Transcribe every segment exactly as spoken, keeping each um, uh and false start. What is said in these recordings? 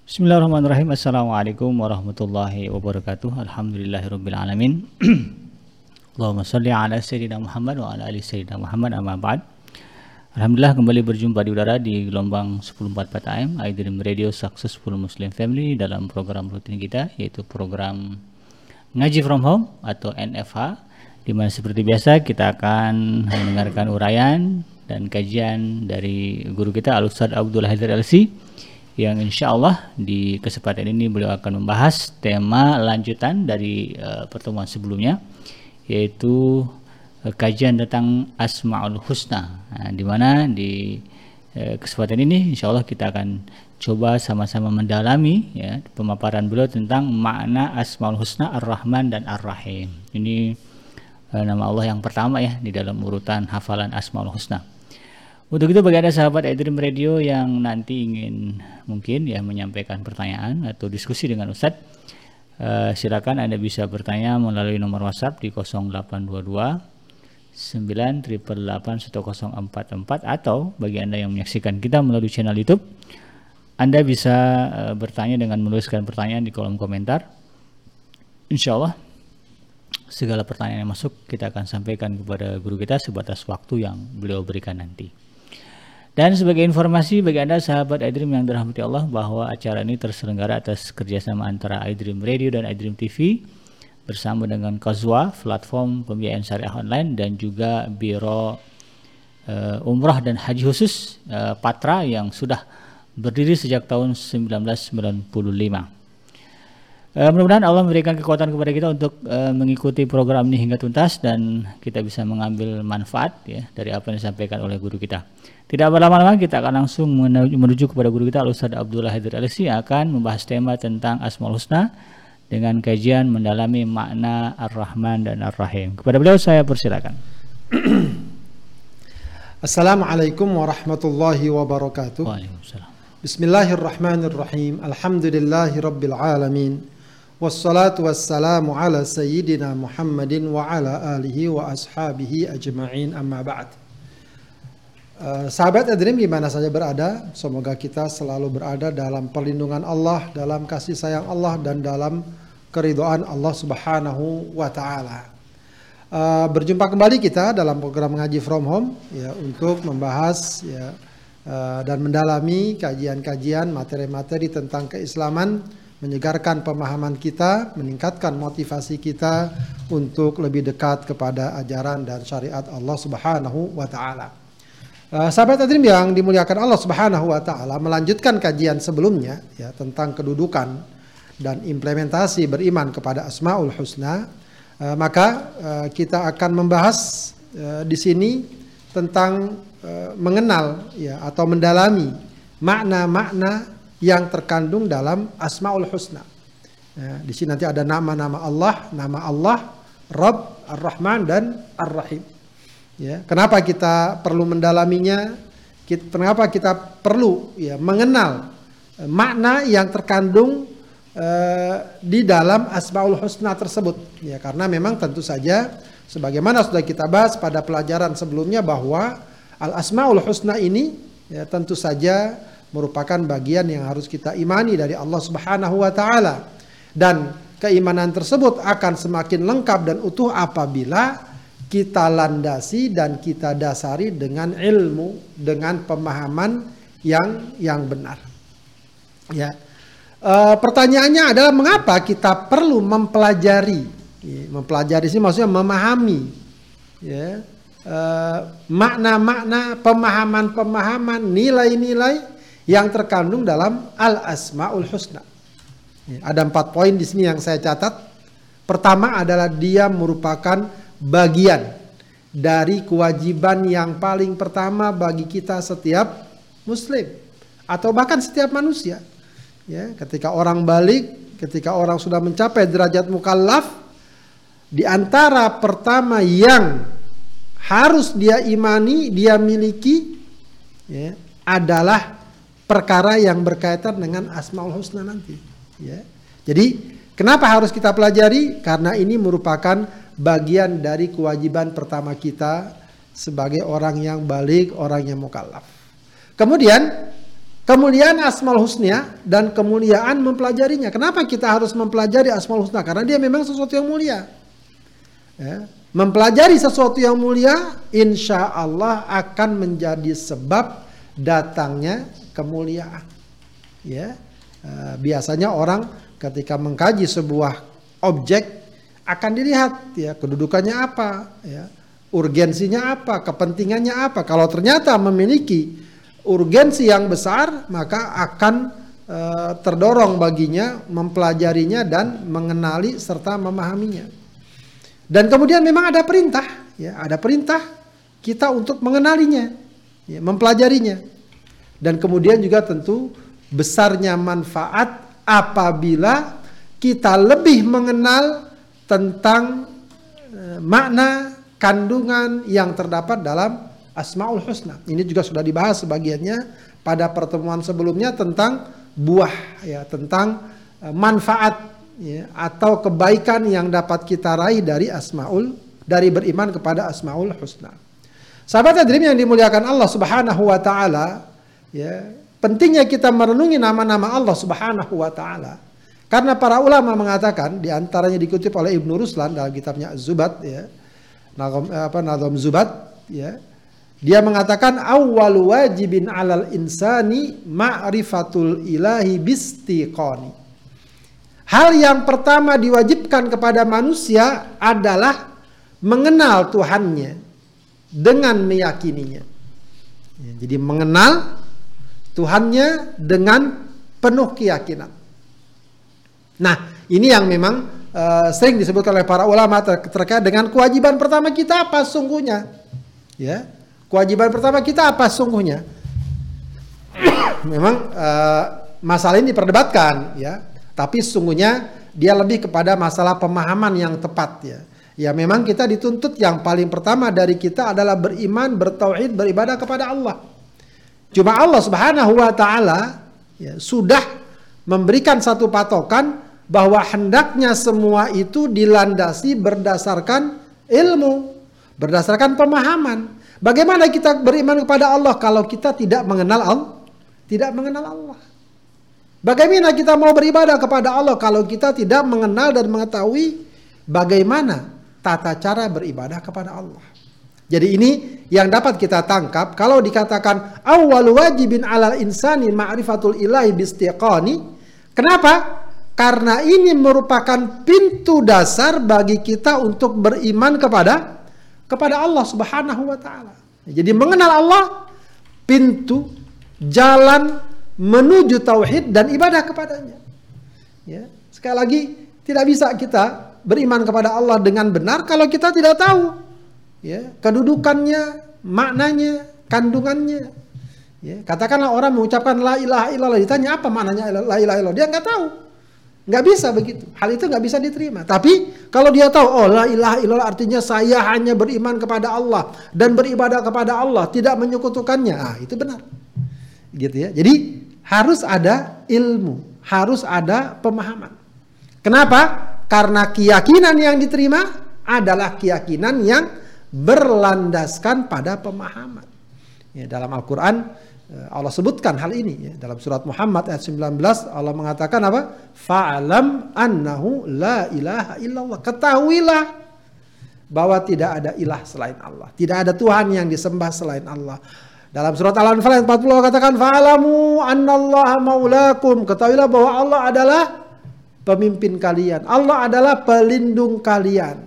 Bismillahirrahmanirrahim. Assalamualaikum warahmatullahi wabarakatuh. Alhamdulillahirabbil alamin. Allahumma shalli ala sayyidina Muhammad wa ala ali sayyidina Muhammad, amma ba'd. Alhamdulillah kembali berjumpa di udara di gelombang sepuluh empat puluh empat A M iDream Radio Successful Muslim Family dalam program rutin kita, yaitu program Ngaji from Home atau N F H, di mana seperti biasa kita akan mendengarkan uraian dan kajian dari guru kita Al-Ustaz Abdul Haidar L C, yang insya Allah di kesempatan ini beliau akan membahas tema lanjutan dari uh, pertemuan sebelumnya, yaitu uh, kajian tentang Asmaul Husna. Nah, di mana di uh, kesempatan ini insya Allah kita akan coba sama-sama mendalami ya pemaparan beliau tentang makna Asmaul Husna Ar-Rahman dan Ar-Rahim. Ini uh, nama Allah yang pertama ya di dalam urutan hafalan Asmaul Husna. Untuk itu bagi Anda sahabat iDream Radio yang nanti ingin mungkin ya menyampaikan pertanyaan atau diskusi dengan Ustadz, uh, silakan Anda bisa bertanya melalui nomor WhatsApp di nol delapan dua dua sembilan delapan delapan satu nol empat empat, atau bagi Anda yang menyaksikan kita melalui channel YouTube, Anda bisa uh, bertanya dengan menuliskan pertanyaan di kolom komentar. Insya Allah segala pertanyaan yang masuk kita akan sampaikan kepada guru kita sebatas waktu yang beliau berikan nanti. Dan sebagai informasi bagi Anda sahabat iDream yang dirahmati Allah, bahwa acara ini terselenggara atas kerjasama antara iDream Radio dan iDream T V bersama dengan Kozwa, platform pembiayaan syariah online, dan juga Biro uh, Umrah dan Haji Khusus uh, Patra yang sudah berdiri sejak tahun seribu sembilan ratus sembilan puluh lima. Uh, mudah-mudahan Allah memberikan kekuatan kepada kita untuk uh, mengikuti program ini hingga tuntas dan kita bisa mengambil manfaat ya dari apa yang disampaikan oleh guru kita. Tidak berlama-lama, kita akan langsung menuju kepada guru kita Al-Ustaz Abdul Haidar L C yang akan membahas tema tentang Asmaul Husna dengan kajian mendalami makna Ar-Rahman dan Ar-Rahim. Kepada beliau saya persilakan. Assalamualaikum warahmatullahi wabarakatuh. Waalaikumsalam. Bismillahirrahmanirrahim. Alhamdulillahi rabbil alamin. Wassalatu wassalamu ala sayyidina Muhammadin wa ala alihi wa ashabihi ajma'in, amma ba'd. Uh, sahabat iDream di mana saja berada, semoga kita selalu berada dalam perlindungan Allah, dalam kasih sayang Allah, dan dalam keridhaan Allah Subhanahu wa taala. Uh, berjumpa kembali kita dalam program Ngaji from Home ya, untuk membahas ya uh, dan mendalami kajian-kajian materi-materi tentang keislaman, menyegarkan pemahaman kita, meningkatkan motivasi kita untuk lebih dekat kepada ajaran dan syariat Allah Subhanahu wa taala. Uh, sahabat iDream yang dimuliakan Allah Subhanahu wa taala, melanjutkan kajian sebelumnya ya tentang kedudukan dan implementasi beriman kepada Asmaul Husna, uh, maka uh, kita akan membahas uh, di sini tentang uh, mengenal ya atau mendalami makna-makna yang terkandung dalam Asmaul Husna. Ya, di sini nanti ada nama-nama Allah, nama Allah, Rabb, Ar-Rahman dan Ar-Rahim. Ya, kenapa kita perlu mendalaminya? Kita, kenapa kita perlu ya mengenal eh, makna yang terkandung eh, di dalam Asmaul Husna tersebut? Ya, karena memang tentu saja sebagaimana sudah kita bahas pada pelajaran sebelumnya bahwa Al Asmaul Husna ini ya, tentu saja merupakan bagian yang harus kita imani dari Allah Subhanahu wa taala, dan keimanan tersebut akan semakin lengkap dan utuh apabila kita landasi dan kita dasari dengan ilmu, dengan pemahaman yang yang benar. Ya, e, pertanyaannya adalah mengapa kita perlu mempelajari? Ya, mempelajari sini maksudnya memahami, ya, e, makna-makna, pemahaman-pemahaman, nilai-nilai yang terkandung dalam Al Asmaul Husna. Ya, ada empat poin di sini yang saya catat. Pertama adalah dia merupakan bagian dari kewajiban yang paling pertama bagi kita setiap muslim atau bahkan setiap manusia. Ya, ketika orang balik, ketika orang sudah mencapai derajat mukallaf, di antara pertama yang harus dia imani, dia miliki ya, adalah perkara yang berkaitan dengan Asmaul Husna nanti. Ya. Jadi kenapa harus kita pelajari? Karena ini merupakan bagian dari kewajiban pertama kita sebagai orang yang baligh, orang yang mukallaf. Kemudian kemuliaan Asmaul Husna dan kemuliaan mempelajarinya. Kenapa kita harus mempelajari Asmaul Husna? Karena dia memang sesuatu yang mulia. Ya. Mempelajari sesuatu yang mulia, insya Allah akan menjadi sebab datangnya kemuliaan. Ya, uh, biasanya orang ketika mengkaji sebuah objek akan dilihat ya kedudukannya apa, ya, urgensinya apa, kepentingannya apa. Kalau ternyata memiliki urgensi yang besar, maka akan uh, terdorong baginya mempelajarinya dan mengenali serta memahaminya. Dan kemudian memang ada perintah, ya, ada perintah kita untuk mengenalinya, ya, mempelajarinya. Dan kemudian juga tentu besarnya manfaat apabila kita lebih mengenal tentang e, makna kandungan yang terdapat dalam Asmaul Husna. Ini juga sudah dibahas sebagiannya pada pertemuan sebelumnya tentang buah, ya, tentang e, manfaat, ya, atau kebaikan yang dapat kita raih dari Asmaul, dari beriman kepada Asmaul Husna. Sahabat hadirin yang dimuliakan Allah Subhanahu wa taala, ya, pentingnya kita merenungi nama-nama Allah Subhanahu wa taala. Karena para ulama mengatakan, di antaranya dikutip oleh Ibnu Ruslan dalam kitabnya Az-Zubat, ya, Nazam apa Nazam Zubat, ya. Dia mengatakan awwalu wajibin 'alal insani ma'rifatul ilahi bistiqani. Hal yang pertama diwajibkan kepada manusia adalah mengenal Tuhannya dengan meyakininya. Ya, jadi mengenal Tuhannya dengan penuh keyakinan. Nah, ini yang memang uh, sering disebutkan oleh para ulama ter terkait dengan kewajiban pertama kita apa sungguhnya. Ya, kewajiban pertama kita apa sungguhnya. Memang uh, masalah ini diperdebatkan, ya. Tapi sesungguhnya dia lebih kepada masalah pemahaman yang tepat, ya. Ya memang kita dituntut yang paling pertama dari kita adalah beriman, bertauhid, beribadah kepada Allah. Cuma Allah Subhanahu wa taala, ya, sudah memberikan satu patokan bahwa hendaknya semua itu dilandasi berdasarkan ilmu, berdasarkan pemahaman. Bagaimana kita beriman kepada Allah kalau kita tidak mengenal Allah? Tidak mengenal Allah. Bagaimana kita mau beribadah kepada Allah kalau kita tidak mengenal dan mengetahui bagaimana tata cara beribadah kepada Allah. Jadi ini yang dapat kita tangkap kalau dikatakan awwal wajibin 'alal insani ma'rifatul ilahi bistiqani. Kenapa? Karena ini merupakan pintu dasar bagi kita untuk beriman kepada kepada Allah Subhanahu wa taala. Jadi mengenal Allah, pintu jalan menuju tauhid dan ibadah kepadanya. Ya, sekali lagi tidak bisa kita beriman kepada Allah dengan benar kalau kita tidak tahu, ya, kedudukannya, maknanya, kandungannya. Ya, katakanlah orang mengucapkan la ilaha illallah, ditanya apa maknanya la ilaha illallah, dia nggak tahu, nggak bisa begitu. Hal itu nggak bisa diterima. Tapi kalau dia tahu, oh la ilaha illallah artinya saya hanya beriman kepada Allah dan beribadah kepada Allah, tidak menyekutukannya, ah itu benar. Gitu ya. Jadi harus ada ilmu, harus ada pemahaman. Kenapa? Karena keyakinan yang diterima adalah keyakinan yang berlandaskan pada pemahaman. Ya, dalam Al-Quran Allah sebutkan hal ini, ya. Dalam surat Muhammad ayat sembilan belas Allah mengatakan apa? Fa'alam annahu la ilaha illallah. Ketahuilah bahwa tidak ada ilah selain Allah, tidak ada Tuhan yang disembah selain Allah. Dalam surat Al-Anfal ayat empat puluh katakan fa'alamu annallaha maulakum. Ketahuilah bahwa Allah adalah pemimpin kalian. Allah adalah pelindung kalian.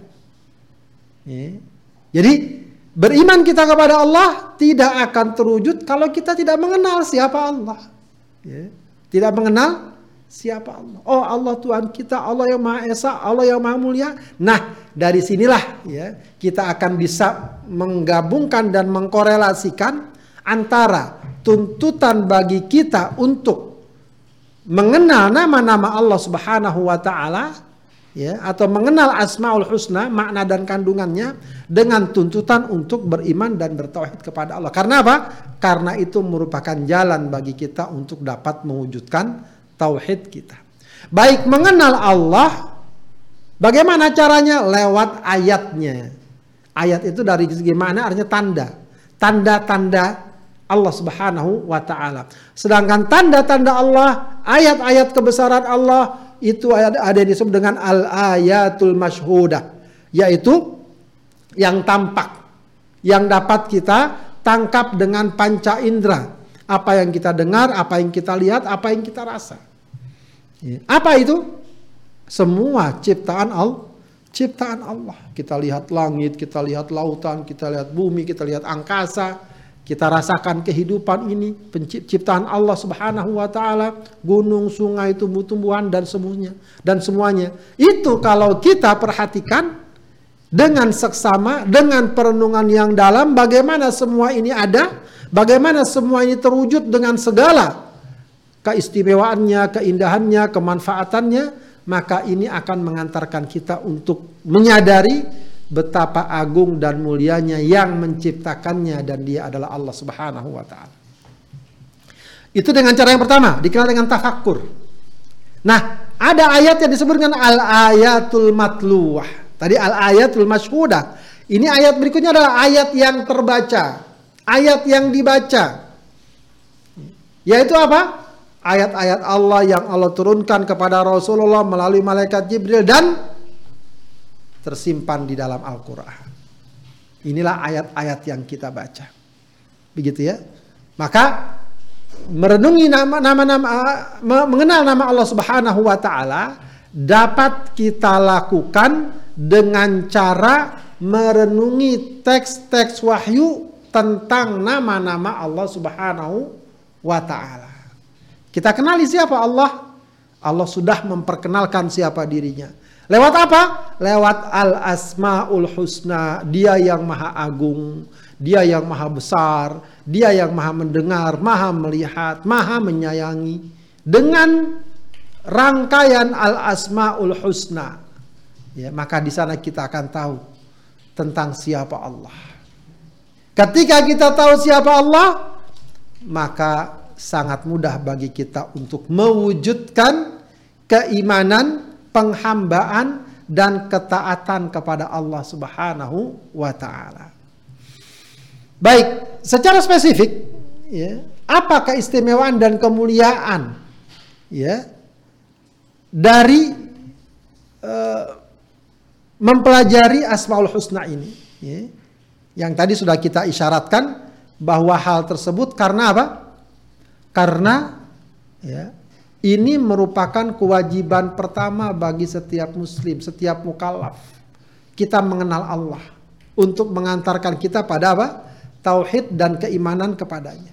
Ya. Jadi beriman kita kepada Allah tidak akan terwujud kalau kita tidak mengenal siapa Allah. Ya. Tidak mengenal siapa Allah. Oh Allah Tuhan kita, Allah yang Maha Esa, Allah yang Maha Mulia. Nah dari sinilah, ya, kita akan bisa menggabungkan dan mengkorelasikan antara tuntutan bagi kita untuk mengenal nama-nama Allah Subhanahu wa taala, ya, atau mengenal Asmaul Husna, makna dan kandungannya, dengan tuntutan untuk beriman dan bertauhid kepada Allah. Karena apa? Karena itu merupakan jalan bagi kita untuk dapat mewujudkan tauhid kita. Baik mengenal Allah, bagaimana caranya? Lewat ayatnya. Ayat itu dari segi makna artinya tanda. Tanda-tanda Allah Subhanahu wa taala. Sedangkan tanda-tanda Allah, ayat-ayat kebesaran Allah itu ada yang disebut dengan al-ayatul masyhudah, yaitu yang tampak, yang dapat kita tangkap dengan panca indera. Apa yang kita dengar, apa yang kita lihat, apa yang kita rasa. Apa itu? Semua ciptaan Allah. Ciptaan Allah. Kita lihat langit, kita lihat lautan, kita lihat bumi, kita lihat angkasa, kita rasakan kehidupan ini, penciptaan Allah Subhanahu wa taala, gunung, sungai, tumbuh-tumbuhan dan semuanya dan semuanya. Itu kalau kita perhatikan dengan seksama, dengan perenungan yang dalam, bagaimana semua ini ada, bagaimana semua ini terwujud dengan segala keistimewaannya, keindahannya, kemanfaatannya, maka ini akan mengantarkan kita untuk menyadari betapa agung dan mulianya yang menciptakannya, dan dia adalah Allah Subhanahu wa taala. Itu dengan cara yang pertama, dikenal dengan tafakkur. Nah, ada ayat yang disebut dengan al-ayatul matluwah. Tadi al-ayatul masyhudah. Ini ayat berikutnya adalah ayat yang terbaca, ayat yang dibaca. Yaitu apa? Ayat-ayat Allah yang Allah turunkan kepada Rasulullah melalui malaikat Jibril dan tersimpan di dalam Al-Quran. Inilah ayat-ayat yang kita baca. Begitu ya. Maka merenungi nama-nama, mengenal nama Allah Subhanahu wa taala dapat kita lakukan dengan cara merenungi teks-teks wahyu tentang nama-nama Allah Subhanahu wa taala. Kita kenali siapa Allah? Allah sudah memperkenalkan siapa dirinya. Lewat apa? Lewat al-asmaul husna. Dia yang maha agung, dia yang maha besar, dia yang maha mendengar, maha melihat, maha menyayangi. Dengan rangkaian al-asmaul husna, ya, maka di sana kita akan tahu tentang siapa Allah. Ketika kita tahu siapa Allah, maka sangat mudah bagi kita untuk mewujudkan keimanan, penghambaan, dan ketaatan kepada Allah Subhanahu wa taala. Baik, secara spesifik, ya, apa keistimewaan dan kemuliaan, ya, dari uh, mempelajari Asmaul Husna ini, ya, yang tadi sudah kita isyaratkan bahwa hal tersebut karena apa? Karena ya, ini merupakan kewajiban pertama bagi setiap muslim, setiap mukallaf. Kita mengenal Allah untuk mengantarkan kita pada apa? Tauhid dan keimanan kepadanya.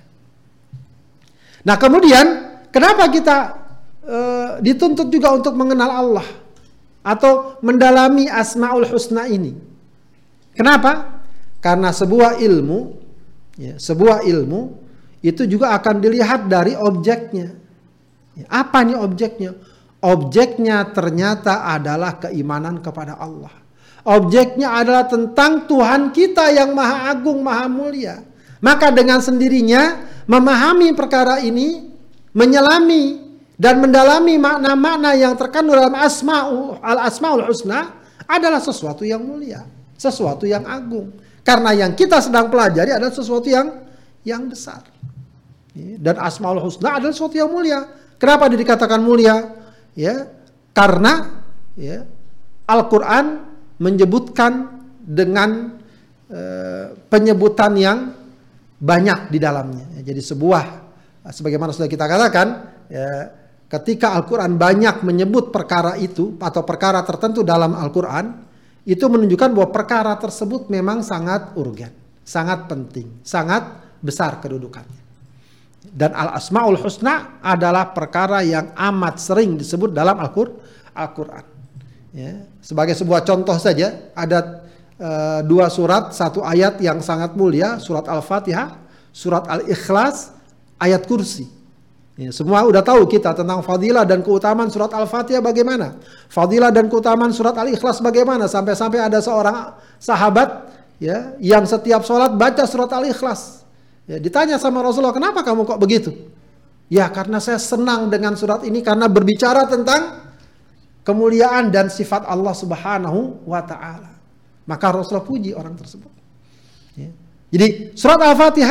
Nah, kemudian kenapa kita e, dituntut juga untuk mengenal Allah atau mendalami Asmaul Husna ini? Kenapa? Karena sebuah ilmu, ya, sebuah ilmu itu juga akan dilihat dari objeknya. Apa nih objeknya? Objeknya ternyata adalah keimanan kepada Allah. Objeknya adalah tentang Tuhan kita yang maha agung, maha mulia. Maka dengan sendirinya memahami perkara ini, menyelami dan mendalami makna-makna yang terkandung dalam Asma'ul Al-Asma'ul Husna adalah sesuatu yang mulia, sesuatu yang agung. Karena yang kita sedang pelajari adalah sesuatu yang yang besar. Dan Asmaul Husna adalah sesuatu yang mulia. Kenapa dikatakan mulia? Ya, karena ya, Al-Quran menyebutkan dengan e, penyebutan yang banyak di dalamnya. Jadi sebuah, sebagaimana sudah kita katakan, ya, ketika Al-Quran banyak menyebut perkara itu atau perkara tertentu dalam Al-Quran, itu menunjukkan bahwa perkara tersebut memang sangat urgen, sangat penting, sangat besar kedudukannya. Dan Al-Asma'ul Husna adalah perkara yang amat sering disebut dalam Al-Quran. Ya, sebagai sebuah contoh saja, ada uh, dua surat, satu ayat yang sangat mulia, surat Al-Fatihah, surat Al-Ikhlas, ayat kursi. Ya, semua udah tahu kita tentang fadilah dan keutamaan surat Al-Fatihah bagaimana. Fadilah dan keutamaan surat Al-Ikhlas bagaimana. Sampai-sampai ada seorang sahabat, ya, yang setiap sholat baca surat Al-Ikhlas. Ya, ditanya sama Rasulullah, kenapa kamu kok begitu? Ya, karena saya senang dengan surat ini karena berbicara tentang kemuliaan dan sifat Allah Subhanahu wa taala. Maka Rasulullah puji orang tersebut. Ya. Jadi surat Al-Fatihah,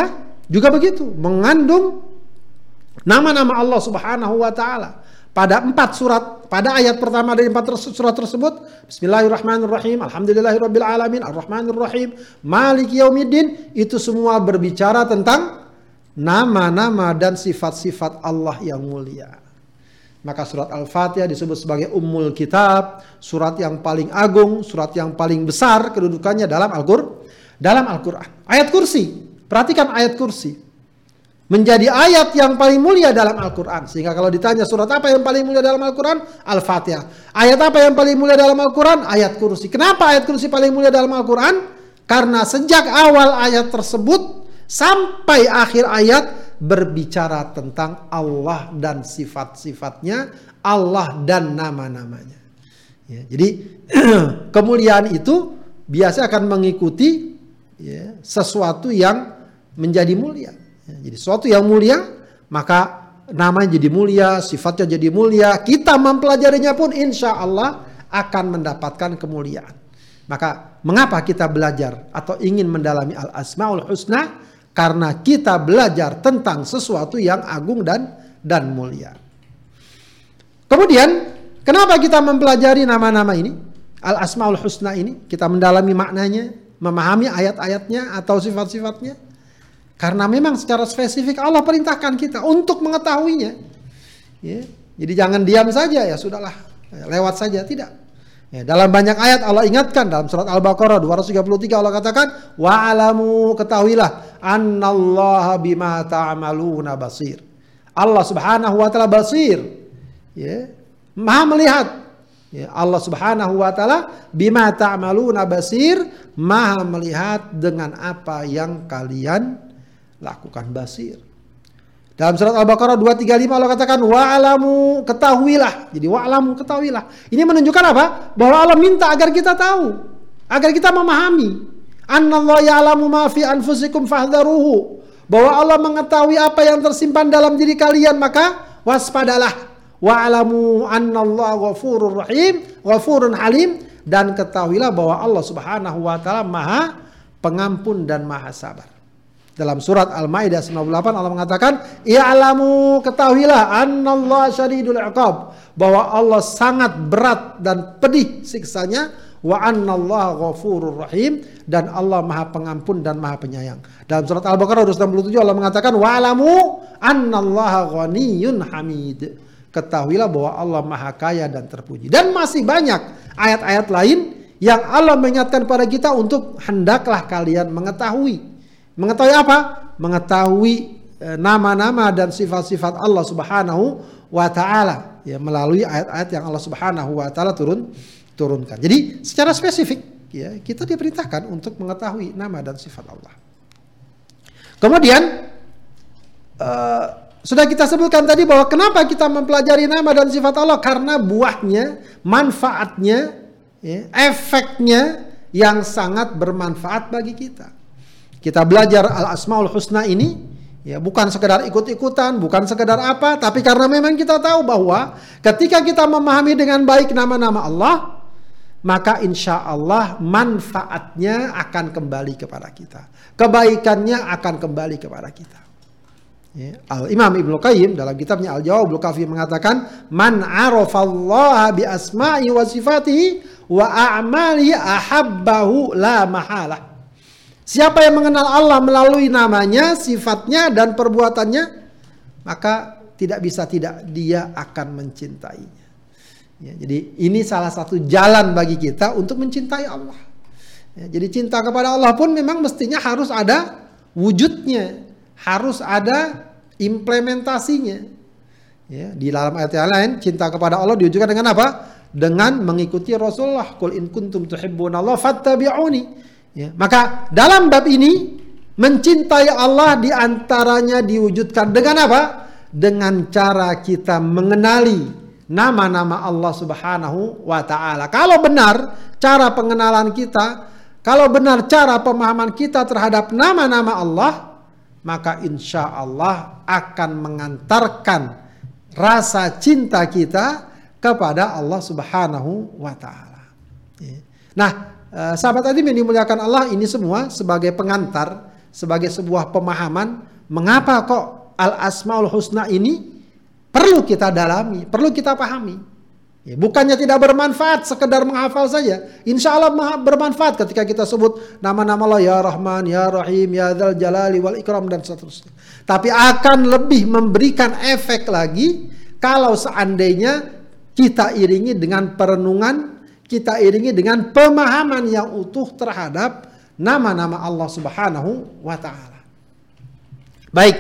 juga begitu, mengandung nama-nama Allah Subhanahu wa taala. Pada empat surat, pada ayat pertama dari empat surat tersebut, Bismillahirrahmanirrahim, Alhamdulillahirabbil alamin, Arrahmanirrahim, Maliki yaumiddin, itu semua berbicara tentang nama-nama dan sifat-sifat Allah yang mulia. Maka surat Al-Fatihah disebut sebagai Ummul Kitab, surat yang paling agung, surat yang paling besar kedudukannya dalam Al-Qur'an. Dalam Al-Qur'an. Ayat kursi, perhatikan ayat kursi. Menjadi ayat yang paling mulia dalam Al-Quran. Sehingga kalau ditanya surat apa yang paling mulia dalam Al-Quran? Al-Fatihah. Ayat apa yang paling mulia dalam Al-Quran? Ayat kursi. Kenapa ayat kursi paling mulia dalam Al-Quran? Karena sejak awal ayat tersebut sampai akhir ayat berbicara tentang Allah dan sifat-sifatnya, Allah dan nama-namanya. Ya, jadi kemuliaan itu biasa akan mengikuti ya, sesuatu yang menjadi mulia. Ya, jadi sesuatu yang mulia, maka namanya jadi mulia, sifatnya jadi mulia. Kita mempelajarinya pun insya Allah akan mendapatkan kemuliaan. Maka mengapa kita belajar atau ingin mendalami Al-Asmaul Husna? Karena kita belajar tentang sesuatu yang agung dan dan mulia. Kemudian, kenapa kita mempelajari nama-nama ini? Al-Asmaul Husna ini, kita mendalami maknanya, memahami ayat-ayatnya atau sifat-sifatnya. Karena memang secara spesifik Allah perintahkan kita untuk mengetahuinya. Ya, jadi jangan diam saja, ya sudahlah, lewat saja, tidak. Ya, dalam banyak ayat Allah ingatkan, dalam surat Al-Baqarah dua ratus tiga puluh tiga Allah katakan, wa'alamu, ketahuilah, annallaha bima ta'amaluna basir. Allah Subhanahu wa taala basir. Ya, Maha melihat. Ya, Allah Subhanahu wa taala bima ta'amaluna basir, Maha melihat dengan apa yang kalian lakukan, basir. Dalam surat Al-Baqarah dua ratus tiga puluh lima Allah katakan wa'alamu, ketahuilah. Jadi wa'alamu, ketahuilah. Ini menunjukkan apa? Bahwa Allah minta agar kita tahu, agar kita memahami. Annallaha ya'lamu ma fi anfusikum fahdharuhu. Bahwa Allah mengetahui apa yang tersimpan dalam diri kalian, maka waspadalah. Wa'alamu annallaha ghafurur rahim, ghafurun halim, dan ketahuilah bahwa Allah Subhanahu wa taala Maha Pengampun dan Maha Sabar. Dalam surat Al-Maidah sembilan puluh delapan Allah mengatakan, "I'lamu, ketahuilah, annallaha syadidul iqab," bahwa Allah sangat berat dan pedih siksanya, wa annallaha ghafurur rahim, dan Allah Maha Pengampun dan Maha Penyayang. Dalam surat Al-Baqarah dua ratus enam puluh tujuh Allah mengatakan, "Wa'lamu annallaha ghaniyyun hamid." Ketahuilah bahwa Allah Maha Kaya dan terpuji. Dan masih banyak ayat-ayat lain yang Allah mengingatkan pada kita untuk hendaklah kalian mengetahui. Mengetahui apa? Mengetahui e, nama-nama dan sifat-sifat Allah Subhanahu wa taala, ya, melalui ayat-ayat yang Allah Subhanahu wa taala turun turunkan. Jadi secara spesifik, ya, kita diperintahkan untuk mengetahui nama dan sifat Allah. Kemudian e, sudah kita sebutkan tadi bahwa kenapa kita mempelajari nama dan sifat Allah, karena buahnya, manfaatnya, ya, efeknya yang sangat bermanfaat bagi kita. Kita belajar Al-Asmaul Husna ini, ya, bukan sekedar ikut-ikutan, bukan sekedar apa, tapi karena memang kita tahu bahwa ketika kita memahami dengan baik nama-nama Allah, maka insya Allah manfaatnya akan kembali kepada kita, kebaikannya akan kembali kepada kita. Ya, Al-Imam Ibnu Qayyim dalam kitabnya Al-Jawabul Kafi mengatakan, "Man arafallaha bi asma'i wa sifatihi wa a'malihi ahabbahu la mahalah." Siapa yang mengenal Allah melalui namanya, sifatnya, dan perbuatannya, maka tidak bisa tidak dia akan mencintainya. Ya, jadi ini salah satu jalan bagi kita untuk mencintai Allah. Ya, jadi cinta kepada Allah pun memang mestinya harus ada wujudnya, harus ada implementasinya. Ya, di dalam ayat yang lain, cinta kepada Allah diwujudkan dengan apa? Dengan mengikuti Rasulullah. Qul in kuntum tuhibbunallaha fattabi'uni. Ya, maka dalam bab ini mencintai Allah diantaranya diwujudkan dengan apa? Dengan cara kita mengenali nama-nama Allah Subhanahu wa taala. Kalau benar cara pengenalan kita, kalau benar cara pemahaman kita terhadap nama-nama Allah, maka insya Allah akan mengantarkan rasa cinta kita kepada Allah Subhanahu wa taala. Ya. Nah, Uh, sahabat adim yang dimuliakan Allah, ini semua sebagai pengantar, sebagai sebuah pemahaman mengapa kok Al-Asmaul Husna ini perlu kita dalami, perlu kita pahami. Ya, bukannya tidak bermanfaat sekedar menghafal saja. Insya Allah bermanfaat ketika kita sebut nama-nama Allah, ya Rahman, ya Rahim, ya Dzal Jalali wal Ikram dan seterusnya. Tapi akan lebih memberikan efek lagi kalau seandainya kita iringi dengan perenungan, kita iringi dengan pemahaman yang utuh terhadap nama-nama Allah Subhanahu wa Ta'ala. Baik,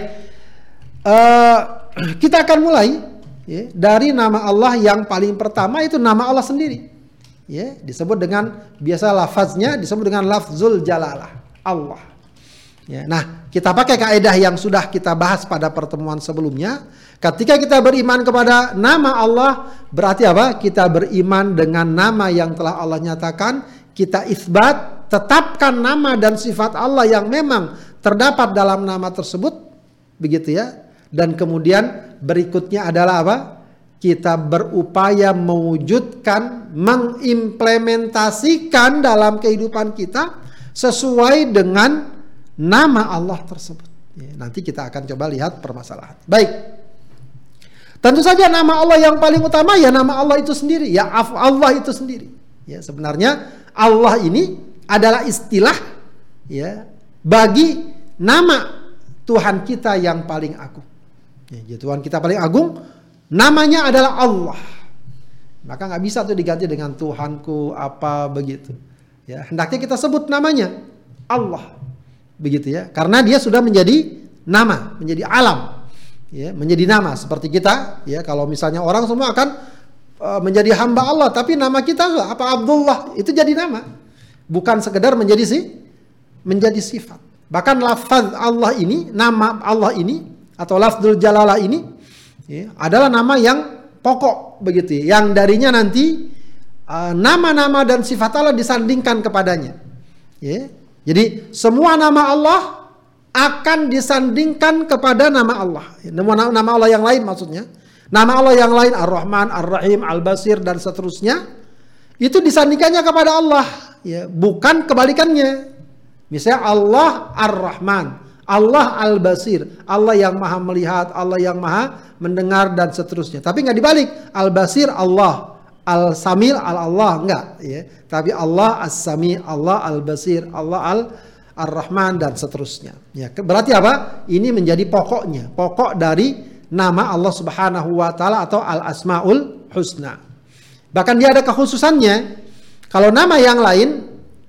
uh, kita akan mulai. Ya, dari nama Allah yang paling pertama itu nama Allah sendiri. Ya, disebut dengan biasa lafaznya disebut dengan lafzul jalalah, Allah. Ya, nah, kita pakai kaidah yang sudah kita bahas pada pertemuan sebelumnya. Ketika kita beriman kepada nama Allah, berarti apa? Kita beriman dengan nama yang telah Allah nyatakan, kita isbat, tetapkan nama dan sifat Allah yang memang terdapat dalam nama tersebut, begitu ya. Dan kemudian berikutnya adalah apa? Kita berupaya mewujudkan, mengimplementasikan dalam kehidupan kita sesuai dengan nama Allah tersebut. Ya, nanti kita akan coba lihat permasalahan. Baik. Tentu saja nama Allah yang paling utama ya nama Allah itu sendiri. Ya Allah itu sendiri. Ya, sebenarnya Allah ini adalah istilah ya bagi nama Tuhan kita yang paling agung. Ya, Tuhan kita paling agung, namanya adalah Allah. Maka nggak bisa tuh diganti dengan Tuhanku apa begitu. Ya, hendaknya kita sebut namanya Allah, begitu ya. Karena dia sudah menjadi nama, menjadi alam, ya, menjadi nama seperti kita. Ya, kalau misalnya orang semua akan uh, menjadi hamba Allah, tapi nama kita apa Abdullah itu jadi nama, bukan sekedar menjadi si, menjadi sifat. Bahkan lafaz Allah ini, nama Allah ini atau lafzul jalalah ini ya, adalah nama yang pokok begitu ya, yang darinya nanti uh, nama-nama dan sifat Allah disandingkan kepadanya ya. Jadi semua nama Allah akan disandingkan kepada nama Allah ya, nama, nama Allah yang lain maksudnya, nama Allah yang lain Ar-Rahman, Ar-Rahim, Al-Basir dan seterusnya itu disandingkannya kepada Allah ya, bukan kebalikannya. Misalnya Allah Ar-Rahman, Allah Al-Basir, Allah yang maha melihat, Allah yang maha mendengar dan seterusnya. Tapi nggak dibalik, Al-Basir Allah, Al-Samil Al-Allah, enggak ya. Tapi Allah As-Sami, Allah Al-Basir, Allah Al-Rahman dan seterusnya. Ya, berarti apa? Ini menjadi pokoknya, pokok dari nama Allah Subhanahu wa Ta'ala atau Al-Asmaul Husna. Bahkan dia ada kekhususannya. Kalau nama yang lain,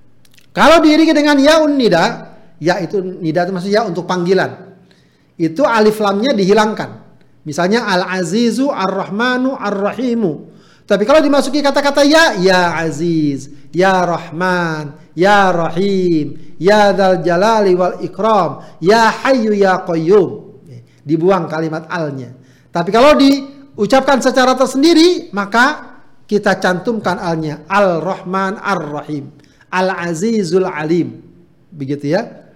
kalau diiringi dengan yaun nida, ya itu nida itu maksudnya ya untuk panggilan. Itu alif lamnya dihilangkan. Misalnya Al-Azizu, Ar-Rahmanu, Ar-Rahimu. Tapi kalau dimasuki kata-kata ya, ya Aziz, ya Rahman, ya Rahim, ya Dzal Jalali wal Ikram, ya Hayyu ya Qayyum. Dibuang kalimat al-nya. Tapi kalau diucapkan secara tersendiri, maka kita cantumkan al-nya. Al-Rahman, Ar-Rahim, Al-Azizul Alim. Begitu ya.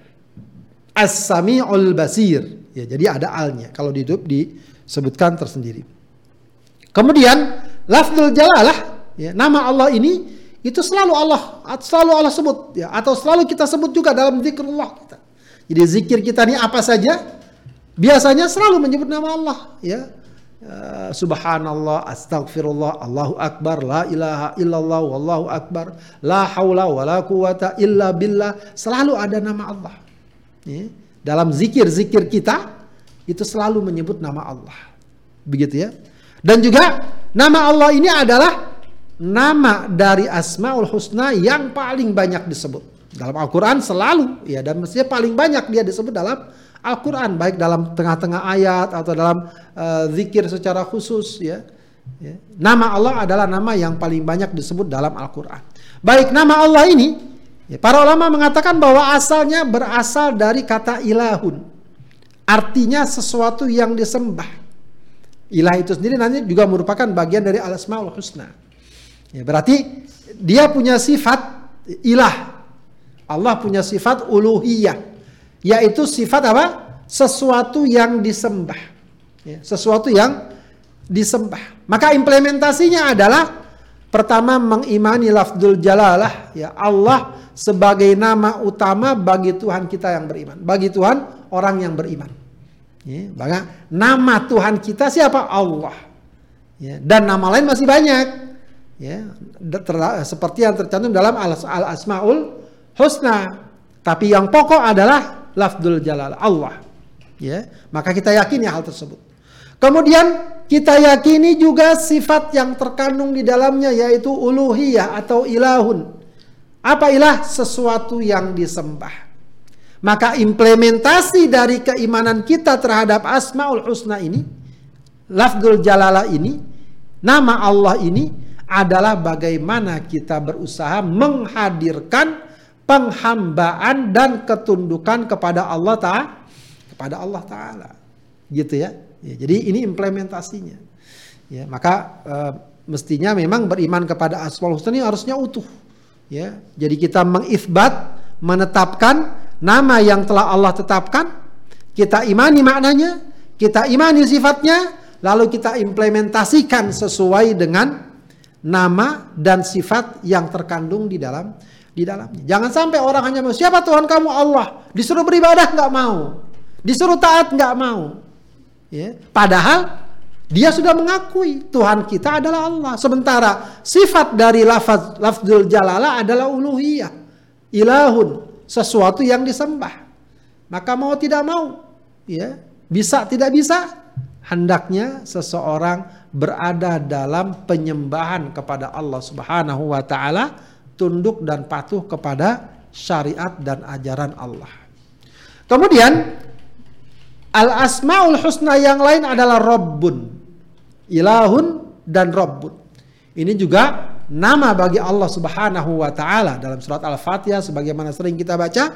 As-Sami'ul Basir. Ya, jadi ada alnya kalau di hidup disebutkan tersendiri. Kemudian lafzul jalalah ya, nama Allah ini itu selalu Allah selalu Allah sebut ya, atau selalu kita sebut juga dalam zikrullah kita. Jadi zikir kita ini apa saja biasanya selalu menyebut nama Allah ya. Uh, subhanallah, astaghfirullah, Allahu akbar, la ilaha illallah, wallahu akbar, la haula wala quwata illa billah. Selalu ada nama Allah. Ya. Dalam zikir-zikir kita itu selalu menyebut nama Allah. Begitu ya. Dan juga nama Allah ini adalah nama dari Asmaul Husna yang paling banyak disebut. Dalam Al-Quran selalu ya, dan mestinya paling banyak dia disebut dalam Al-Quran, baik dalam tengah-tengah ayat atau dalam uh, zikir secara khusus ya. Ya. Nama Allah adalah nama yang paling banyak disebut dalam Al-Quran. Baik, nama Allah ini ya, para ulama mengatakan bahwa asalnya berasal dari kata ilahun. Artinya sesuatu yang disembah. Ilah itu sendiri nanti juga merupakan bagian dari Al-Asmaul Husna. Ya, berarti dia punya sifat ilah. Allah punya sifat uluhiyah. Yaitu sifat apa? Sesuatu yang disembah ya, sesuatu yang disembah. Maka implementasinya adalah pertama mengimani lafzul jalalah ya, Allah sebagai nama utama bagi Tuhan kita yang beriman, bagi Tuhan orang yang beriman Ya, maka nama Tuhan kita siapa? Allah. Ya, dan nama lain masih banyak. Ya, ter- seperti yang tercantum dalam Al-Asmaul Husna. Tapi yang pokok adalah lafdzul jalal Allah. Ya, maka kita yakini hal tersebut. Kemudian kita yakini juga sifat yang terkandung di dalamnya, yaitu uluhiyah atau ilahun. Apa ilah? Sesuatu yang disembah. Maka implementasi dari keimanan kita terhadap Asmaul Husna ini, lafdzul jalalah ini, nama Allah ini adalah bagaimana kita berusaha menghadirkan penghambaan dan ketundukan kepada Allah Ta'ala, kepada Allah Ta'ala, gitu ya. Ya, jadi ini implementasinya. Ya, maka e, mestinya memang beriman kepada Asmaul Husna ini harusnya utuh. Ya, jadi kita mengisbat, menetapkan nama yang telah Allah tetapkan, kita imani maknanya, kita imani sifatnya, lalu kita implementasikan sesuai dengan nama dan sifat yang terkandung di dalam di dalamnya. Jangan sampai orang hanya mau, siapa Tuhan kamu? Allah. Disuruh beribadah nggak mau, disuruh taat nggak mau. Ya, padahal dia sudah mengakui Tuhan kita adalah Allah. Sementara sifat dari lafaz lafzul jalalah adalah uluhiyah, ilahun, sesuatu yang disembah. Maka mau tidak mau, ya, bisa tidak bisa, hendaknya seseorang berada dalam penyembahan kepada Allah Subhanahu wa taala, tunduk dan patuh kepada syariat dan ajaran Allah. Kemudian Al-Asmaul Husna yang lain adalah Rabbun, ilahun dan Rabbun. Ini juga nama bagi Allah Subhanahu wa taala. Dalam surat Al-Fatihah sebagaimana sering kita baca,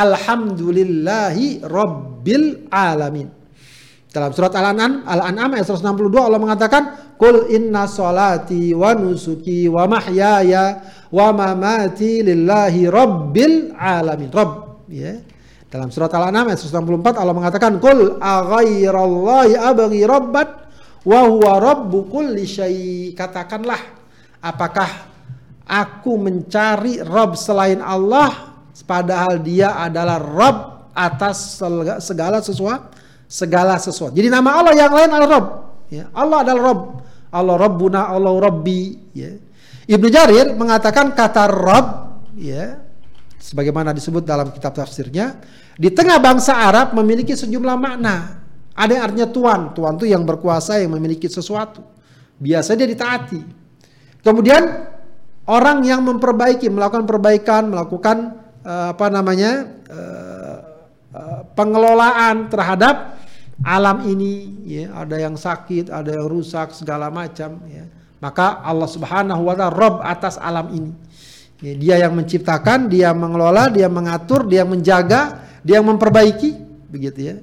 Alhamdulillahi Rabbil Alamin. Dalam surat Al-An'am Al-An'am ayat seratus enam puluh dua Allah mengatakan, Qul inna sholati wa nusuki wa mahyaya wa mamati lillahi Rabbil Alamin. Rabb, ya. Dalam surat Al-An'am ayat seratus enam puluh empat Allah mengatakan, Qul aghairallahi abghi rabban wa huwa rabbu kulli syai'. Katakanlah, apakah aku mencari Rabb selain Allah, padahal dia adalah Rabb atas segala sesuatu, segala sesuatu. Jadi nama Allah yang lain adalah Rabb. Ya, Allah adalah Rabb. Allah Rabbuna, Allah Rabbi. Ya. Ibnu Jarir mengatakan kata Rabb, ya, sebagaimana disebut dalam kitab tafsirnya, di tengah bangsa Arab memiliki sejumlah makna. Ada yang artinya tuan. Tuan itu yang berkuasa, yang memiliki sesuatu. Biasanya dia ditaati. Kemudian orang yang memperbaiki, melakukan perbaikan, melakukan uh, apa namanya uh, uh, pengelolaan terhadap alam ini. Ya, ada yang sakit, ada yang rusak, segala macam. Ya. Maka Allah Subhanahu wa taala Rabb atas alam ini. Ya, dia yang menciptakan, dia mengelola, dia mengatur, dia menjaga, dia yang memperbaiki, begitu ya.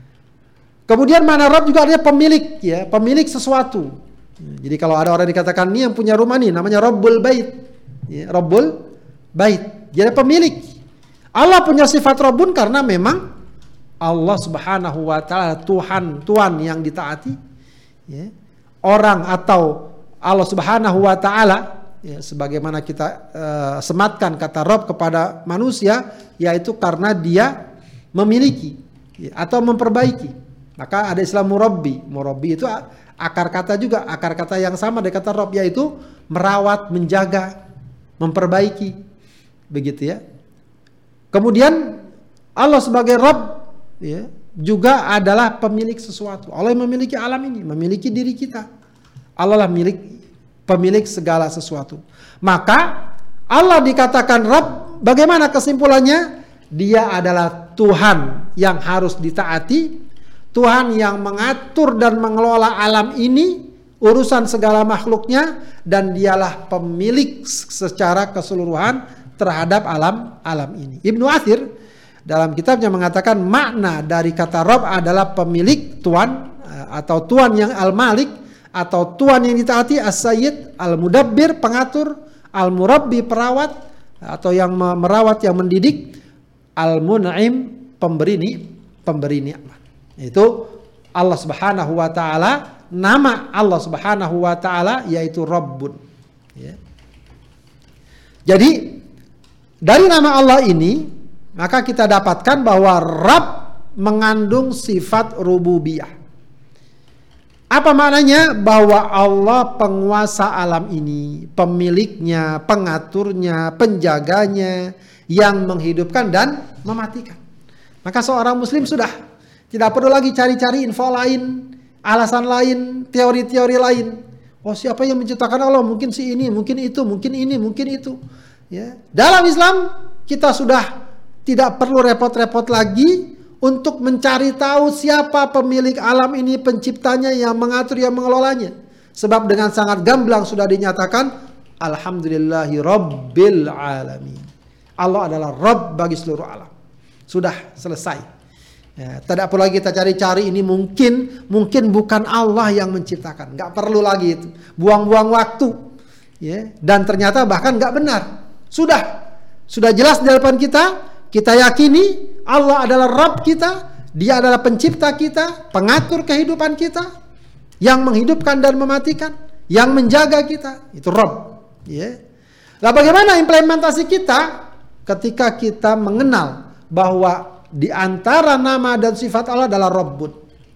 Kemudian mana Rabb juga artinya pemilik, ya, pemilik sesuatu. Jadi kalau ada orang dikatakan ini yang punya rumah nih namanya Rabbul Bait, ya, Rabbul Bait, dia pemilik. Allah punya sifat Rabbun karena memang Allah Subhanahu wa taala Tuhan, Tuhan yang ditaati, ya. Orang atau Allah Subhanahu wa taala, ya, sebagaimana kita uh, sematkan kata Rabb kepada manusia, yaitu karena dia memiliki, ya, atau memperbaiki. Maka ada istilah murabbi. Murabbi itu akar kata juga, akar kata yang sama dengan kata Rabb, yaitu merawat, menjaga, memperbaiki, begitu ya. Kemudian Allah sebagai Rabb, ya, juga adalah pemilik sesuatu. Allah yang memiliki alam ini, memiliki diri kita. Allah lah milik, pemilik segala sesuatu. Maka Allah dikatakan Rabb, bagaimana kesimpulannya? Dia adalah Tuhan yang harus ditaati, Tuhan yang mengatur dan mengelola alam ini, urusan segala makhluknya, dan dialah pemilik secara keseluruhan terhadap alam alam ini. Ibnu Athir dalam kitabnya mengatakan makna dari kata Rabb adalah pemilik, Tuhan, atau Tuhan yang al-Malik, atau Tuhan yang ditaati, as-Sayyid, al-Mudabbir, pengatur, al-Murabbi, perawat, atau yang merawat, yang mendidik, al-Mun'im, pemberi ni, pemberi nikmat. Itu Allah Subhanahu wa taala, nama Allah Subhanahu wa taala yaitu Rabbun, ya. Jadi dari nama Allah ini maka kita dapatkan bahwa Rabb mengandung sifat rububiyah. Apa maknanya? Bahwa Allah penguasa alam ini, pemiliknya, pengaturnya, penjaganya, yang menghidupkan dan mematikan. Maka seorang muslim sudah tidak perlu lagi cari-cari info lain, alasan lain, teori-teori lain. Oh, siapa yang menciptakan Allah? Mungkin si ini, mungkin itu, mungkin ini, mungkin itu. Ya. Dalam Islam kita sudah tidak perlu repot-repot lagi untuk mencari tahu siapa pemilik alam ini, penciptanya, yang mengatur, yang mengelolanya. Sebab dengan sangat gamblang sudah dinyatakan, Alhamdulillahi Rabbil Alamin. Allah adalah Rabb bagi seluruh alam. Sudah selesai. Ya, tidak perlu lagi kita cari-cari ini mungkin mungkin bukan Allah yang menciptakan, nggak perlu lagi itu, buang-buang waktu, ya. Dan ternyata bahkan nggak benar. Sudah, sudah jelas di depan kita, kita yakini Allah adalah Rabb kita, Dia adalah pencipta kita, pengatur kehidupan kita, yang menghidupkan dan mematikan, yang menjaga kita, itu Rabb. Ya. Nah, bagaimana implementasi kita ketika kita mengenal bahwa di antara nama dan sifat Allah adalah Rabbun,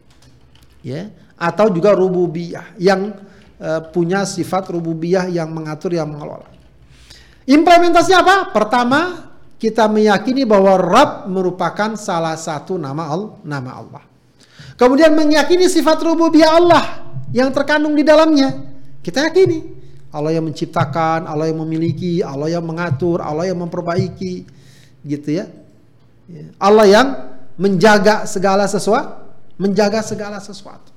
ya, atau juga rububiyah, yang uh, punya sifat rububiyah, yang mengatur, yang mengelola. Implementasi apa? Pertama, kita meyakini bahwa Rabb merupakan salah satu nama Allah, nama Allah. Kemudian meyakini sifat rububiyah Allah yang terkandung di dalamnya. Kita yakini Allah yang menciptakan, Allah yang memiliki, Allah yang mengatur, Allah yang memperbaiki, gitu ya. Allah yang menjaga segala sesuatu, menjaga segala sesuatu.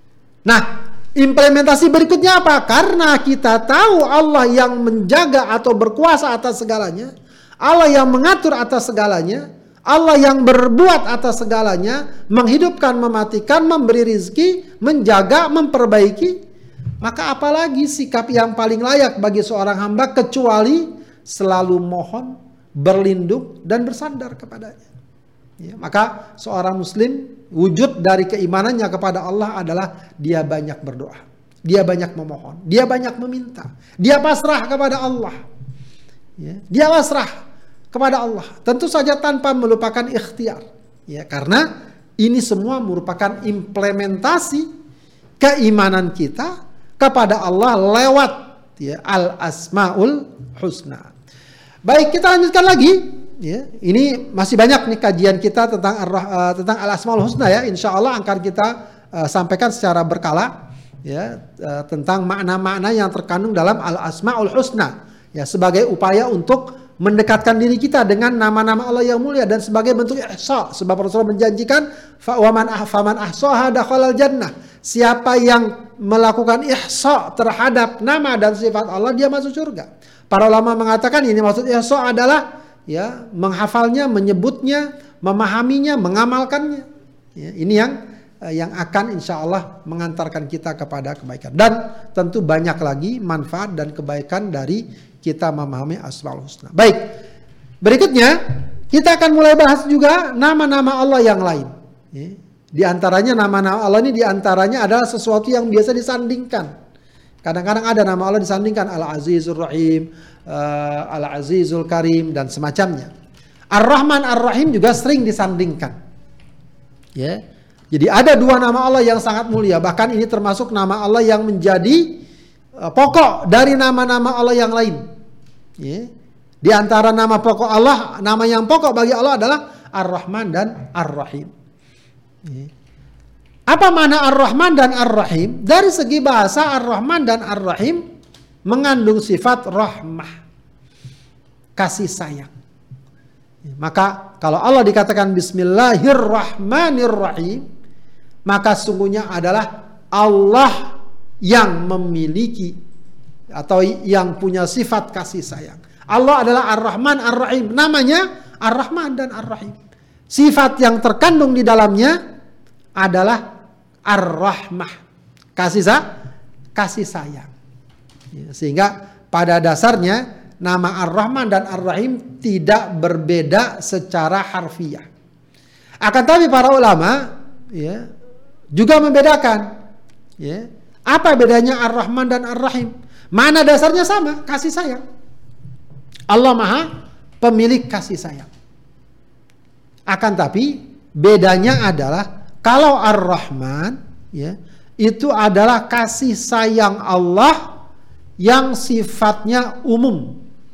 Nah, implementasi berikutnya apa? Karena kita tahu Allah yang menjaga atau berkuasa atas segalanya, Allah yang mengatur atas segalanya, Allah yang berbuat atas segalanya, menghidupkan, mematikan, memberi rizki, menjaga, memperbaiki, maka apalagi sikap yang paling layak bagi seorang hamba kecuali selalu mohon, berlindung, dan bersandar kepadanya. Ya, maka seorang muslim, wujud dari keimanannya kepada Allah adalah dia banyak berdoa, dia banyak memohon, dia banyak meminta, dia pasrah kepada Allah, ya, dia pasrah kepada Allah, tentu saja tanpa melupakan ikhtiar, ya, karena ini semua merupakan implementasi keimanan kita kepada Allah lewat, ya, al-asmaul husna. Baik, kita lanjutkan lagi. Ya, ini masih banyak nih kajian kita tentang uh, tentang al-asmaul husna, ya. Insya Allah akan kita uh, sampaikan secara berkala, ya, uh, tentang makna-makna yang terkandung dalam al-asmaul husna, ya, sebagai upaya untuk mendekatkan diri kita dengan nama-nama Allah yang mulia dan sebagai bentuk ihsa. Sebab Rasulullah menjanjikan, fa waman ahfaman ahsaha dakhalal jannah. Siapa yang melakukan ihsa terhadap nama dan sifat Allah, dia masuk surga. Para ulama mengatakan ini maksud ihsa adalah, ya, menghafalnya, menyebutnya, memahaminya, mengamalkannya. Ya, ini yang yang akan insya Allah mengantarkan kita kepada kebaikan. Dan tentu banyak lagi manfaat dan kebaikan dari kita memahami Asmaul Husna. Baik, berikutnya kita akan mulai bahas juga nama-nama Allah yang lain. Ya, di antaranya nama-nama Allah ini diantaranya adalah sesuatu yang biasa disandingkan. Kadang-kadang ada nama Allah disandingkan, Al-Azizul Rahim, uh, Al-Azizul Karim, dan semacamnya. Ar-Rahman, Ar-Rahim juga sering disandingkan. Ya. Jadi ada dua nama Allah yang sangat mulia. Bahkan ini termasuk nama Allah yang menjadi uh, pokok dari nama-nama Allah yang lain. Ya. Di antara nama pokok Allah, nama yang pokok bagi Allah adalah Ar-Rahman dan Ar-Rahim. Ya. Apa makna Ar-Rahman dan Ar-Rahim? Dari segi bahasa, Ar-Rahman dan Ar-Rahim mengandung sifat rahmah, kasih sayang. Maka kalau Allah dikatakan Bismillahirrahmanirrahim, maka sungguhnya adalah Allah yang memiliki atau yang punya sifat kasih sayang. Allah adalah Ar-Rahman, Ar-Rahim. Namanya Ar-Rahman dan Ar-Rahim. Sifat yang terkandung di dalamnya adalah Ar-Rahmah, kasih sa kasih sayang. Ya, sehingga pada dasarnya nama Ar-Rahman dan Ar-Rahim tidak berbeda secara harfiah. Akan tapi para ulama, ya, juga membedakan, ya, apa bedanya Ar-Rahman dan Ar-Rahim? Mana dasarnya sama, kasih sayang. Allah Maha pemilik kasih sayang. Akan tapi Bedanya adalah kalau Ar-Rahman ya, itu adalah kasih sayang Allah yang sifatnya umum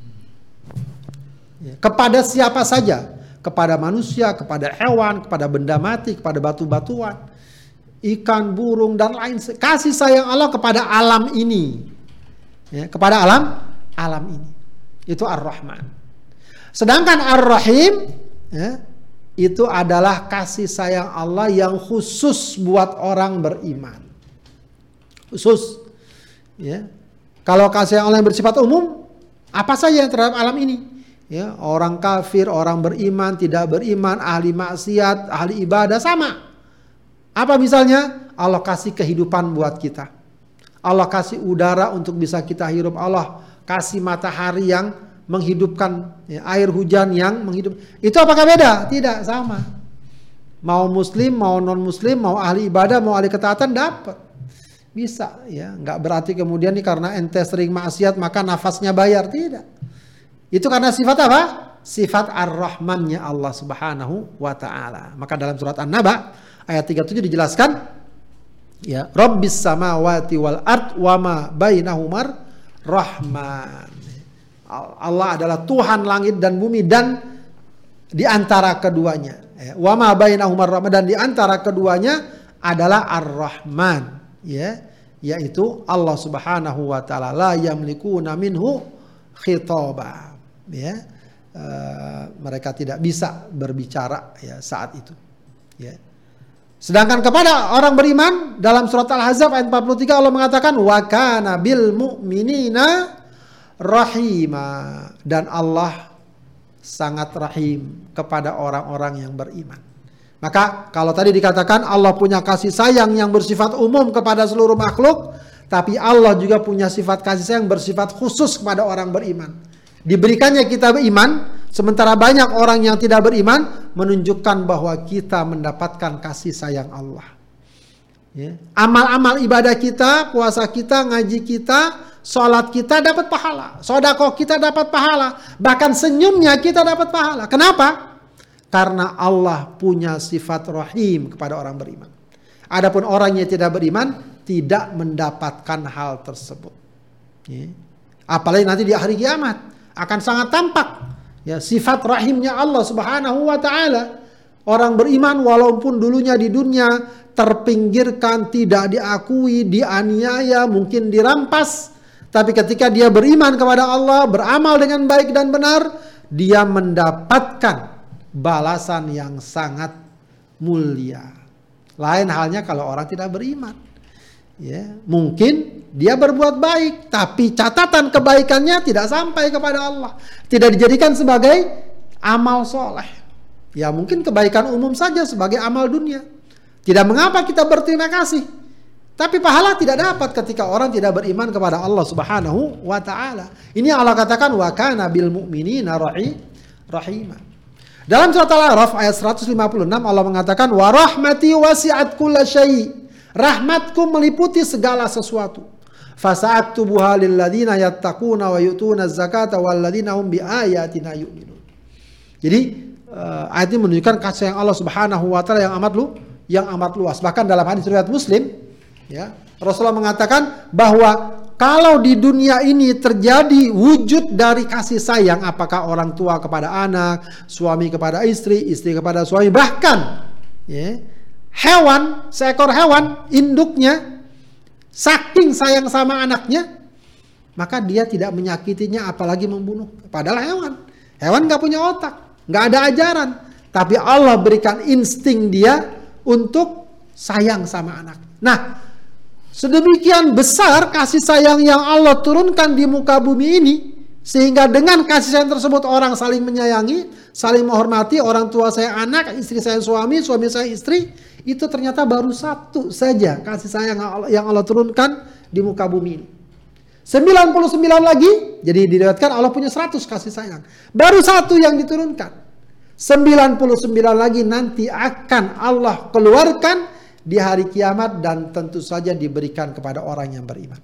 ya, kepada siapa saja, kepada manusia, kepada hewan, kepada benda mati, kepada batu-batuan, ikan, burung dan lain. Kasih sayang Allah kepada alam ini ya, kepada alam alam ini, itu Ar-Rahman. Sedangkan Ar-Rahim ya, itu adalah kasih sayang Allah yang khusus buat orang beriman. Khusus. Ya. Kalau kasih sayang Allah yang bersifat umum, apa saja yang terhadap alam ini? Ya, orang kafir, orang beriman, tidak beriman, ahli maksiat, ahli ibadah sama. Apa misalnya? Allah kasih kehidupan buat kita. Allah kasih udara untuk bisa kita hirup. Allah kasih matahari yang menghidupkan, ya, air hujan yang menghidup. Itu apakah beda? Tidak, sama. Mau muslim, mau non muslim, mau ahli ibadah, mau ahli ketaatan dapat. Bisa ya, nggak berarti kemudian nih karena ente sering maksiat maka nafasnya bayar, tidak. Itu karena sifat apa? Sifat Ar-Rahmannya Allah Subhanahu wa taala. Maka dalam surat An-Naba ayat tiga puluh tujuh dijelaskan ya, Rabbis samawati wal ard wa ma bainahumar Rahman. Allah adalah Tuhan langit dan bumi dan di antara keduanya. Wa ma bainahumar Rahman, dan di antara keduanya adalah Ar-Rahman, ya, yaitu Allah Subhanahu wa taala. La yamlikuna minhu khitaba. Ya. Uh, mereka tidak bisa berbicara ya saat itu. Ya. Sedangkan kepada orang beriman dalam surat Al-Ahzab ayat empat puluh tiga Allah mengatakan wa kana bil mu'minina rahima, dan Allah sangat rahim kepada orang-orang yang beriman. Maka kalau tadi dikatakan Allah punya kasih sayang yang bersifat umum kepada seluruh makhluk, tapi Allah juga punya sifat kasih sayang bersifat khusus kepada orang beriman. Diberikannya kita beriman, sementara banyak orang yang tidak beriman, menunjukkan bahwa kita mendapatkan kasih sayang Allah. Ya. Amal-amal ibadah kita, puasa kita, ngaji kita, sholat kita dapat pahala, sedekah kita dapat pahala, bahkan senyumnya kita dapat pahala. Kenapa? Karena Allah punya sifat rahim kepada orang beriman. Adapun orang yang tidak beriman tidak mendapatkan hal tersebut. Ya. Apalagi nanti di hari kiamat akan sangat tampak ya sifat rahimnya Allah Subhanahu wa taala. Orang beriman walaupun dulunya di dunia terpinggirkan, tidak diakui, dianiaya, mungkin dirampas, tapi ketika dia beriman kepada Allah, beramal dengan baik dan benar, dia mendapatkan balasan yang sangat mulia. Lain halnya kalau orang tidak beriman. Ya, mungkin dia berbuat baik, tapi catatan kebaikannya tidak sampai kepada Allah, tidak dijadikan sebagai amal soleh. Ya mungkin kebaikan umum saja sebagai amal dunia. Tidak mengapa kita berterima kasih, tapi pahala tidak dapat ketika orang tidak beriman kepada Allah Subhanahu wa taala. Ini Allah katakan wa kana bil mu'minina rahima. Dalam surat Al-A'raf ayat seratus lima puluh enam Allah mengatakan wa rahmati wasi'at kulla syai'. Rahmatku meliputi segala sesuatu. Fasa'aktubuha lil ladzina yattaquna wa yu'tuna zakata wal ladzina hum biayatina yu'minun. Jadi uh, ayat ini menunjukkan kasih sayang Allah Subhanahu wa taala yang amat lu yang amat luas. Bahkan dalam hadis riwayat Muslim, ya, Rasulullah mengatakan bahwa kalau di dunia ini terjadi wujud dari kasih sayang, apakah orang tua kepada anak, suami kepada istri, istri kepada suami, bahkan ya, hewan, seekor hewan, induknya saking sayang sama anaknya, maka dia tidak menyakitinya apalagi membunuh. Padahal hewan, hewan gak punya otak, gak ada ajaran, tapi Allah berikan insting dia untuk sayang sama anak. Nah, sedemikian besar kasih sayang yang Allah turunkan di muka bumi ini, sehingga dengan kasih sayang tersebut orang saling menyayangi, saling menghormati, orang tua saya anak, istri saya suami, suami saya istri. Itu ternyata baru satu saja kasih sayang yang Allah turunkan di muka bumi ini. sembilan puluh sembilan lagi, jadi diriwayatkan Allah punya seratus kasih sayang. Baru satu yang diturunkan. sembilan puluh sembilan lagi nanti akan Allah keluarkan di hari kiamat dan tentu saja diberikan kepada orang yang beriman.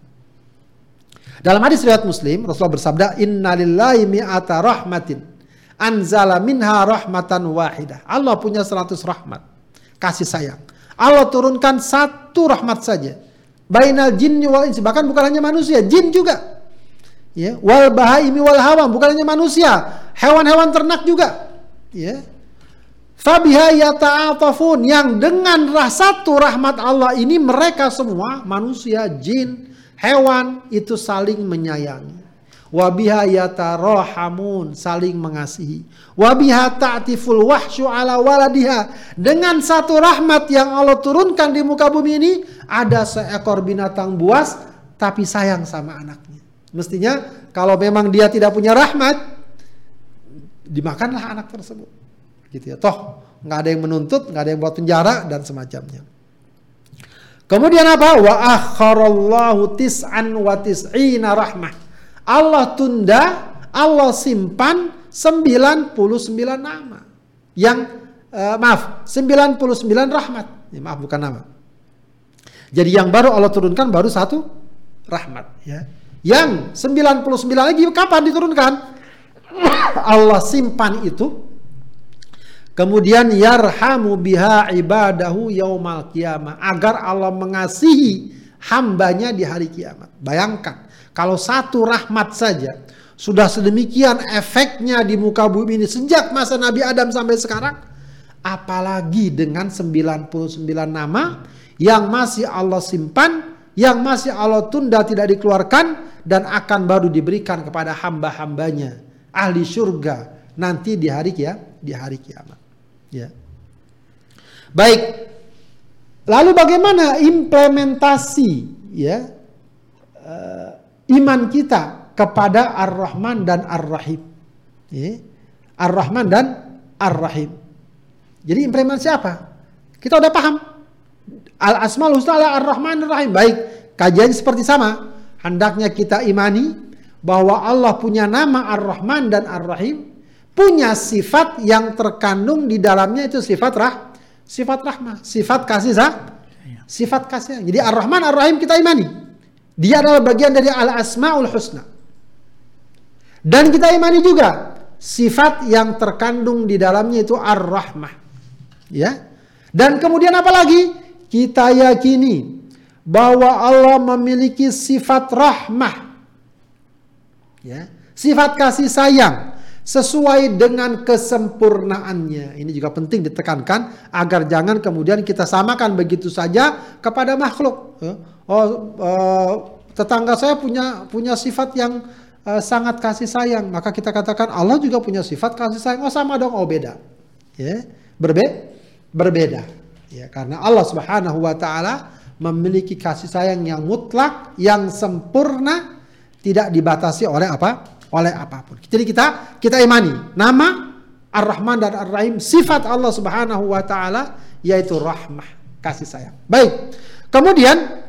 Dalam hadis riwayat Muslim, Rasulullah bersabda, "Innalillahi mi'ata rahmatin, anzala minha rahmatan wahidah." Allah punya seratus rahmat. kasih sayang. Allah turunkan satu rahmat saja. Bainal jinni wal insi, bahkan bukan hanya manusia, jin juga. Ya, wal bahaimi wal hawam, bukan hanya manusia, hewan-hewan ternak juga. Ya. Fabiha yata'atafun, yang dengan satu rahmat Allah ini mereka semua manusia, jin, hewan itu saling menyayangi. Wabiha yatarohamun, saling mengasihi. Wabiha ta'tiful wahsyu ala waladiha, dengan satu rahmat yang Allah turunkan di muka bumi ini, ada seekor binatang buas tapi sayang sama anaknya. Mestinya kalau memang dia tidak punya rahmat, dimakanlah anak tersebut, gitu ya. Toh nggak ada yang menuntut, nggak ada yang buat penjara dan semacamnya. Kemudian apa? Wa akharallahu tis'an wa tis'ina rahmah. Allah tunda, Allah simpan sembilan puluh sembilan nama. Yang uh, maaf, sembilan puluh sembilan rahmat. Ya, maaf bukan nama. Jadi yang baru Allah turunkan baru satu rahmat, ya. Yang sembilan puluh sembilan lagi kapan diturunkan? Allah simpan itu. Kemudian yarhamu biha ibadahu yaumal qiyamah, agar Allah mengasihi hambanya di hari kiamat. Bayangkan kalau satu rahmat saja sudah sedemikian efeknya di muka bumi ini sejak masa Nabi Adam sampai sekarang, apalagi dengan sembilan puluh sembilan nama yang masih Allah simpan, yang masih Allah tunda tidak dikeluarkan dan akan baru diberikan kepada hamba-hambanya ahli surga nanti di hari kia, di hari kiamat. Ya. Baik. Lalu bagaimana implementasi ya uh, iman kita kepada Ar-Rahman dan Ar-Rahim? Ya. Ar-Rahman dan Ar-Rahim. Jadi implementasi apa? Kita udah paham. Al-Asmaul Husna Ar-Rahman Ar-Rahim. Baik, kajian seperti sama. Hendaknya kita imani bahwa Allah punya nama Ar-Rahman dan Ar-Rahim, punya sifat yang terkandung di dalamnya itu sifat rah, sifat rahmah, sifat kasih sayang, sifat kasih. Jadi Ar-Rahman Ar-Rahim kita imani. Dia adalah bagian dari Al-Asmaul Husna. Dan kita imani juga sifat yang terkandung di dalamnya itu Ar-Rahmah. Ya. Dan kemudian apa lagi? Kita yakini bahwa Allah memiliki sifat rahmah. Ya. Sifat kasih sayang sesuai dengan kesempurnaannya. Ini juga penting ditekankan agar jangan kemudian kita samakan begitu saja kepada makhluk. Oh, uh, tetangga saya punya punya sifat yang uh, sangat kasih sayang, maka kita katakan Allah juga punya sifat kasih sayang. Oh sama dong, oh beda. Ya, berbe berbeda. Ya, karena Allah Subhanahu wa taala memiliki kasih sayang yang mutlak, yang sempurna, tidak dibatasi oleh apa? Oleh apapun. Jadi kita kita imani nama Ar-Rahman dan Ar-Rahim, sifat Allah Subhanahu wa taala yaitu rahmah, kasih sayang. Baik. Kemudian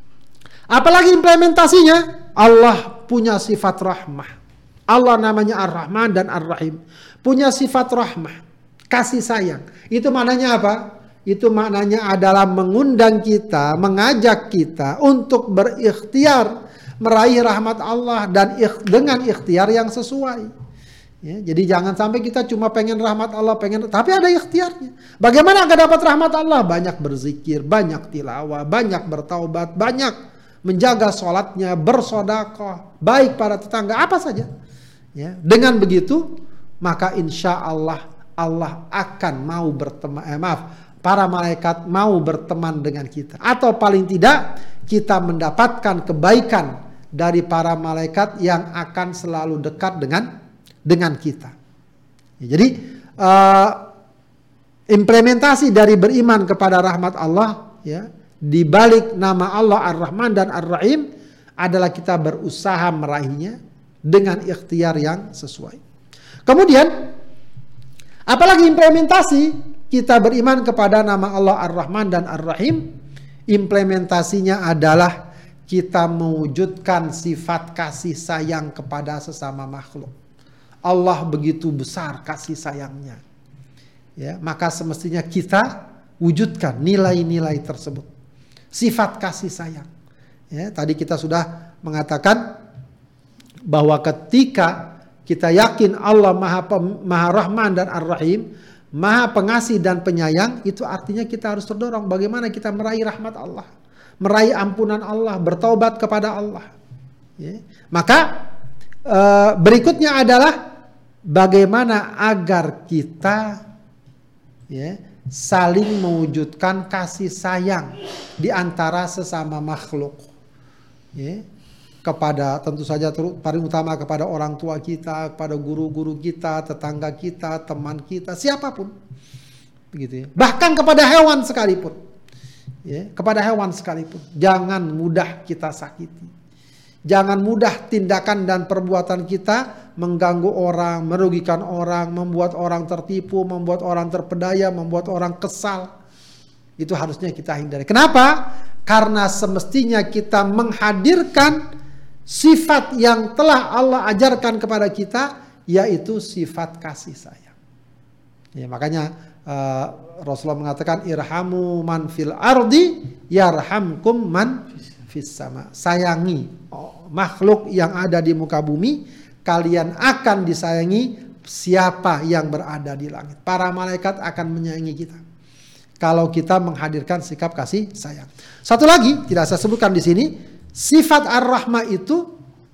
apalagi implementasinya? Allah punya sifat rahmah. Allah namanya Ar-Rahman dan Ar-Rahim, punya sifat rahmah, kasih sayang. Itu maknanya apa? Itu maknanya adalah mengundang kita, mengajak kita untuk berikhtiar meraih rahmat Allah dan ikh, dengan ikhtiar yang sesuai. Ya, jadi jangan sampai kita cuma pengen rahmat Allah, pengen, tapi ada ikhtiarnya. Bagaimana agar dapat rahmat Allah? Banyak berzikir, banyak tilawah, banyak bertaubat, banyak menjaga sholatnya, bersodakoh, baik para tetangga, apa saja. Ya, dengan begitu, maka insya Allah Allah akan mau berteman. Eh, maaf, para malaikat mau berteman dengan kita, atau paling tidak kita mendapatkan kebaikan dari para malaikat yang akan selalu dekat dengan dengan kita. Ya, jadi uh, implementasi dari beriman kepada rahmat Allah, ya, di balik nama Allah Ar-Rahman dan Ar-Rahim adalah kita berusaha meraihnya dengan ikhtiar yang sesuai. Kemudian apalagi implementasi kita beriman kepada nama Allah Ar-Rahman dan Ar-Rahim, implementasinya adalah kita mewujudkan sifat kasih sayang kepada sesama makhluk. Allah begitu besar kasih sayangnya. Ya, maka semestinya kita wujudkan nilai-nilai tersebut. Sifat kasih sayang. Ya, tadi kita sudah mengatakan bahwa ketika kita yakin Allah Maha, Maha Rahman dan Ar-Rahim, Maha Pengasih dan Penyayang, itu artinya kita harus terdorong bagaimana kita meraih rahmat Allah, meraih ampunan Allah, bertaubat kepada Allah. Ya. Maka uh, berikutnya adalah bagaimana agar kita ya, saling mewujudkan kasih sayang di antara sesama makhluk. Ya. Kepada tentu saja paling utama kepada orang tua kita, kepada guru-guru kita, tetangga kita, teman kita, siapapun. Begitu ya. Bahkan kepada hewan sekalipun. Ya, kepada hewan sekalipun. Jangan mudah kita sakiti. Jangan mudah tindakan dan perbuatan kita mengganggu orang, merugikan orang, membuat orang tertipu, membuat orang terpedaya, membuat orang kesal. Itu harusnya kita hindari. Kenapa? Karena semestinya kita menghadirkan sifat yang telah Allah ajarkan kepada kita, yaitu sifat kasih sayang. Ya, makanya uh, Rasulullah mengatakan irhamu man fil ardi yarhamkum man fis sama. Sayangi oh, makhluk yang ada di muka bumi, kalian akan disayangi siapa yang berada di langit. Para malaikat akan menyayangi kita kalau kita menghadirkan sikap kasih sayang. Satu lagi tidak saya sebutkan di sini, sifat ar-rahmah itu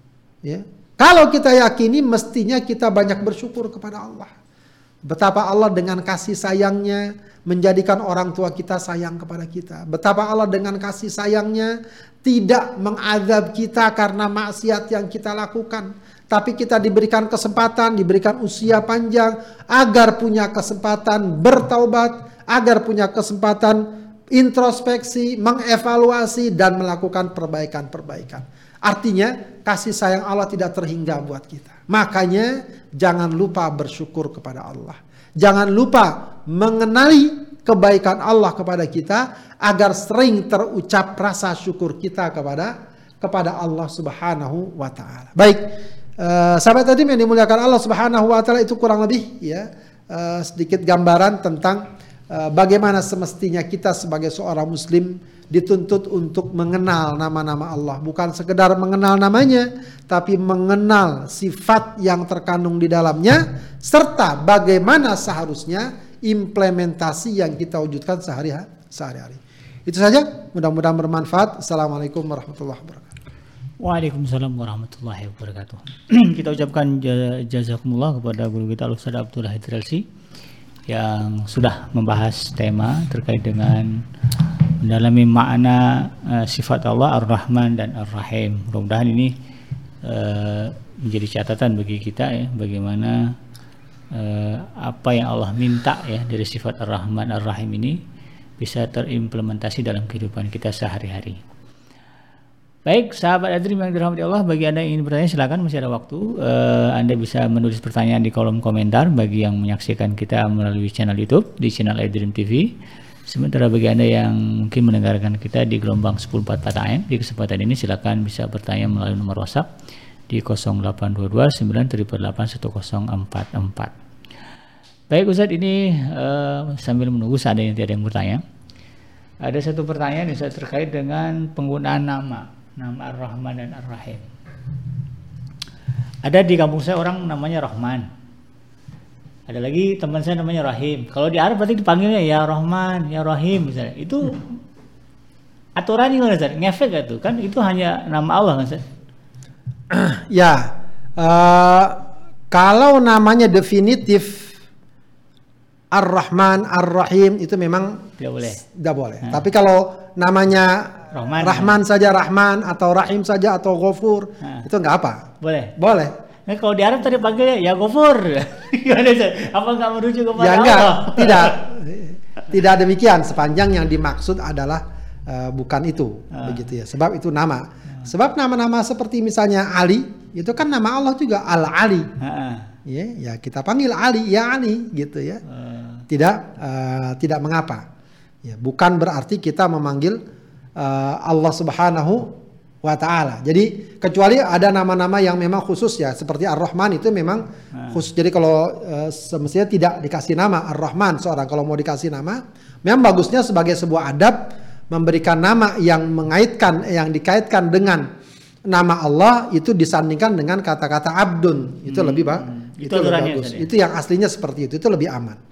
ya, kalau kita yakini mestinya kita banyak bersyukur kepada Allah. Betapa Allah dengan kasih sayangnya menjadikan orang tua kita sayang kepada kita. Betapa Allah dengan kasih sayangnya tidak mengazab kita karena maksiat yang kita lakukan. Tapi kita diberikan kesempatan, diberikan usia panjang agar punya kesempatan bertaubat, agar punya kesempatan introspeksi, mengevaluasi dan melakukan perbaikan-perbaikan. Artinya kasih sayang Allah tidak terhingga buat kita. Makanya jangan lupa bersyukur kepada Allah. Jangan lupa mengenali kebaikan Allah kepada kita agar sering terucap rasa syukur kita kepada kepada Allah Subhanahu wa taala. Baik, uh, sahabat tadi yang dimuliakan Allah Subhanahu wa taala, itu kurang lebih ya uh, sedikit gambaran tentang uh, bagaimana semestinya kita sebagai seorang muslim dituntut untuk mengenal nama-nama Allah. Bukan sekedar mengenal namanya, tapi mengenal sifat yang terkandung di dalamnya, serta bagaimana seharusnya implementasi yang kita wujudkan sehari-hari. sehari-hari. Itu saja, mudah-mudahan bermanfaat. Assalamualaikum warahmatullahi wabarakatuh. Waalaikumsalam warahmatullahi wabarakatuh. Kita ucapkan jazakumullah kepada guru kita Al-Ustaz Abdullah Hidralsi yang sudah membahas tema terkait dengan mendalami makna uh, sifat Allah Ar-Rahman dan Ar-Rahim. Mudah-mudahan ini uh, menjadi catatan bagi kita ya, bagaimana uh, apa yang Allah minta ya dari sifat Ar-Rahman Ar-Rahim ini bisa terimplementasi dalam kehidupan kita sehari-hari. Baik, sahabat Adrim yang dirahmati Allah, bagi Anda yang ingin bertanya silakan, masih ada waktu. Uh, anda bisa menulis pertanyaan di kolom komentar bagi yang menyaksikan kita melalui channel YouTube di channel Adrim T V. Sementara bagi Anda yang mungkin mendengarkan kita di gelombang sepuluh empat puluh empat A M, di kesempatan ini silakan bisa bertanya melalui nomor WhatsApp di nol delapan dua dua sembilan delapan delapan satu nol empat empat. Baik Ustaz, ini uh, sambil menunggu ada yang tidak yang bertanya. Ada satu pertanyaan Ustaz terkait dengan penggunaan nama, nama Ar-Rahman dan Ar-Rahim. Ada di kampung saya orang namanya Rahman. Ada lagi teman saya namanya Rahim. Kalau di Arab berarti dipanggilnya ya Rahman, ya Rahim misalnya. Itu aturan gimana Ustaz? Ngefek gak tuh? Kan itu hanya nama Allah kan Ustaz? Ya, uh, kalau namanya definitif Ar-Rahman, Ar-Rahim itu memang tidak boleh. Tidak boleh. Hmm. Tapi kalau namanya Rahman, Rahman ya. saja Rahman atau Rahim saja atau Ghafur, hmm. itu nggak apa? Boleh. Boleh. Nah, kalau di Arab tadi panggilnya ya Ghafur. Gimana Ustaz? Apa nggak merujuk kepada ya, Allah? Enggak, tidak. Tidak demikian, sepanjang yang dimaksud adalah uh, bukan itu, uh. begitu ya. Sebab itu nama. Uh. Sebab nama-nama seperti misalnya Ali, itu kan nama Allah juga Al-Ali. Uh. Ya, ya kita panggil Ali, ya Ali gitu ya. Uh. Tidak uh, tidak mengapa. Ya, bukan berarti kita memanggil uh, Allah Subhanahu wa ta'ala. Jadi kecuali ada nama-nama yang memang khusus ya, seperti Ar-Rahman itu memang nah. khusus. Jadi kalau e, semestinya tidak dikasih nama Ar-Rahman seorang, kalau mau dikasih nama, memang bagusnya sebagai sebuah adab memberikan nama yang mengaitkan, yang dikaitkan dengan nama Allah itu disandingkan dengan kata-kata abdun. Itu hmm. lebih bagus. Itu, itu lebih bagus. Ya? Itu yang aslinya seperti itu, itu lebih aman.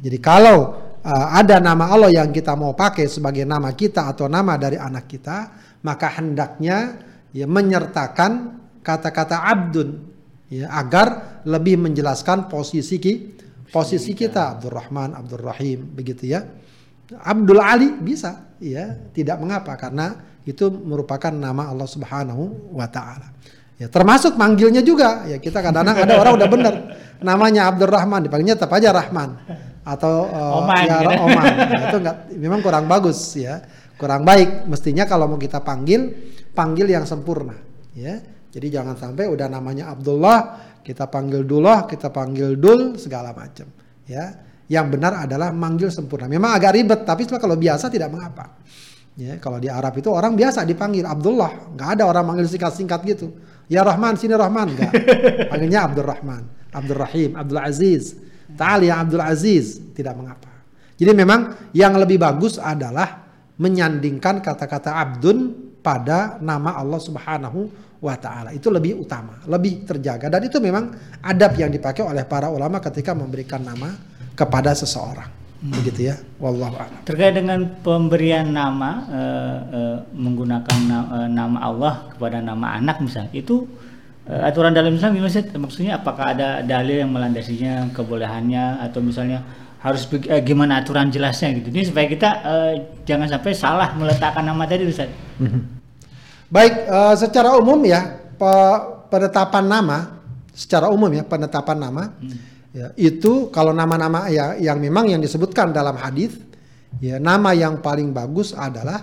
Jadi kalau uh, ada nama Allah yang kita mau pakai sebagai nama kita atau nama dari anak kita, maka hendaknya ya menyertakan kata-kata abdun ya, agar lebih menjelaskan posisi ki, posisi kita. Abdurrahman, Abdurrahim, begitu ya. Abdul Ali bisa, ya, tidak mengapa karena itu merupakan nama Allah Subhanahu wa taala. Ya, termasuk manggilnya juga. Ya, kita kadang-kadang ada orang udah benar namanya Abdurrahman, dipanggilnya tetap aja Rahman atau uh, Oman, ya gitu. Oman. Nah, itu enggak, memang kurang bagus ya. Kurang baik. Mestinya kalau mau kita panggil, panggil yang sempurna, ya. Jadi jangan sampai udah namanya Abdullah, kita panggil Dullah, kita panggil Dul, segala macam. Ya, yang benar adalah manggil sempurna. Memang agak ribet, tapi kalau biasa tidak mengapa. Ya, kalau di Arab itu orang biasa dipanggil Abdullah, nggak ada orang manggil singkat-singkat gitu. Ya Rahman, sini Rahman, enggak. Panggilnya Abdurrahman, Abdurrahim, Abdul Aziz. Ta'al ya Abdul Aziz, tidak mengapa. Jadi memang yang lebih bagus adalah menyandingkan kata-kata abdun pada nama Allah Subhanahu wa ta'ala. Itu lebih utama, lebih terjaga. Dan itu memang adab yang dipakai oleh para ulama ketika memberikan nama kepada seseorang. Hmm. Begitu ya. Wallahu a'lam. Terkait dengan pemberian nama uh, uh, menggunakan na- uh, nama Allah kepada nama anak misalnya, itu uh, aturan dalam Islam gimana sih? Maksudnya apakah ada dalil yang melandasinya, kebolehannya, atau misalnya harus uh, gimana aturan jelasnya gitu. Ini supaya kita uh, jangan sampai salah meletakkan nama tadi, Ustaz. Hmm. Baik, uh, secara umum ya, pe- penetapan nama, secara umum ya, penetapan nama, hmm. ya, itu kalau nama-nama ya yang memang yang disebutkan dalam hadis, ya nama yang paling bagus adalah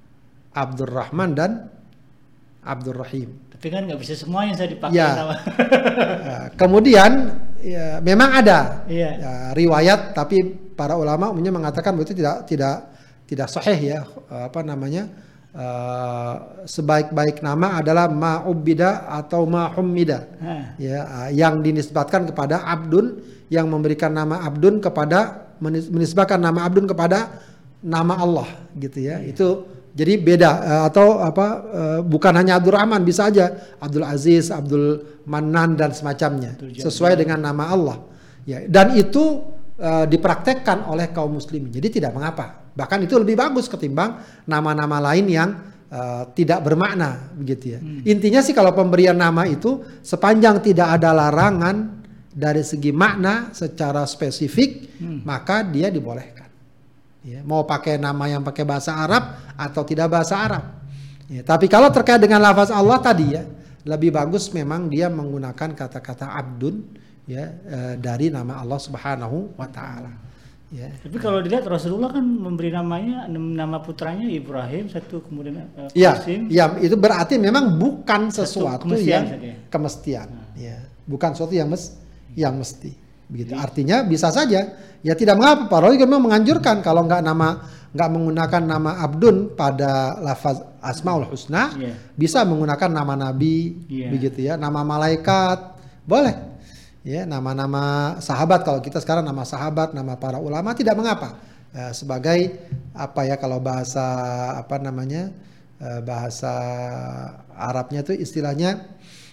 Abdurrahman dan Abdurrahim. Tapi kan nggak bisa semuanya saya dipakai ya. nama. uh, kemudian ya, memang ada yeah. ya, riwayat, tapi para ulama umumnya mengatakan bahwa itu tidak tidak tidak sahih ya, uh, apa namanya? Uh, sebaik-baik nama adalah ma'ubida atau ma'hummida, ya, uh, yang dinisbatkan kepada abdun, yang memberikan nama abdun kepada menis- menisbatkan nama abdun kepada nama Allah, gitu ya. Yeah. Itu jadi beda, uh, atau apa uh, bukan hanya Abdurrahman, bisa aja Abdul Aziz, Abdul Manan dan semacamnya, sesuai dengan nama Allah, ya. Dan itu uh, dipraktekkan oleh kaum muslimin, jadi tidak mengapa. Bahkan itu lebih bagus ketimbang nama-nama lain yang uh, tidak bermakna, begitu ya. Hmm. Intinya sih kalau pemberian nama itu sepanjang tidak ada larangan dari segi makna secara spesifik, hmm. maka dia dibolehkan. Ya, mau pakai nama yang pakai bahasa Arab atau tidak bahasa Arab. Ya, tapi kalau terkait dengan lafaz Allah tadi ya, lebih bagus memang dia menggunakan kata-kata abdun ya, uh, dari nama Allah Subhanahu wa taala. Ya. Tapi kalau dilihat Rasulullah kan memberi namanya, nama putranya Ibrahim satu, kemudian uh, ya, Qasim. Ya, itu berarti memang bukan sesuatu kemestian, yang ya? kemestian, nah. ya, bukan sesuatu yang mes, yang mesti, begitu. Jadi, artinya bisa saja, ya tidak mengapa. Para ulama memang menganjurkan kalau nggak nama, nggak menggunakan nama abdun pada lafaz Asmaul Husna, yeah. bisa menggunakan nama nabi, yeah. begitu ya, nama malaikat, boleh. Ya, nama-nama sahabat, kalau kita sekarang nama sahabat, nama para ulama tidak mengapa. Ya, sebagai apa ya, kalau bahasa apa namanya, bahasa Arabnya itu istilahnya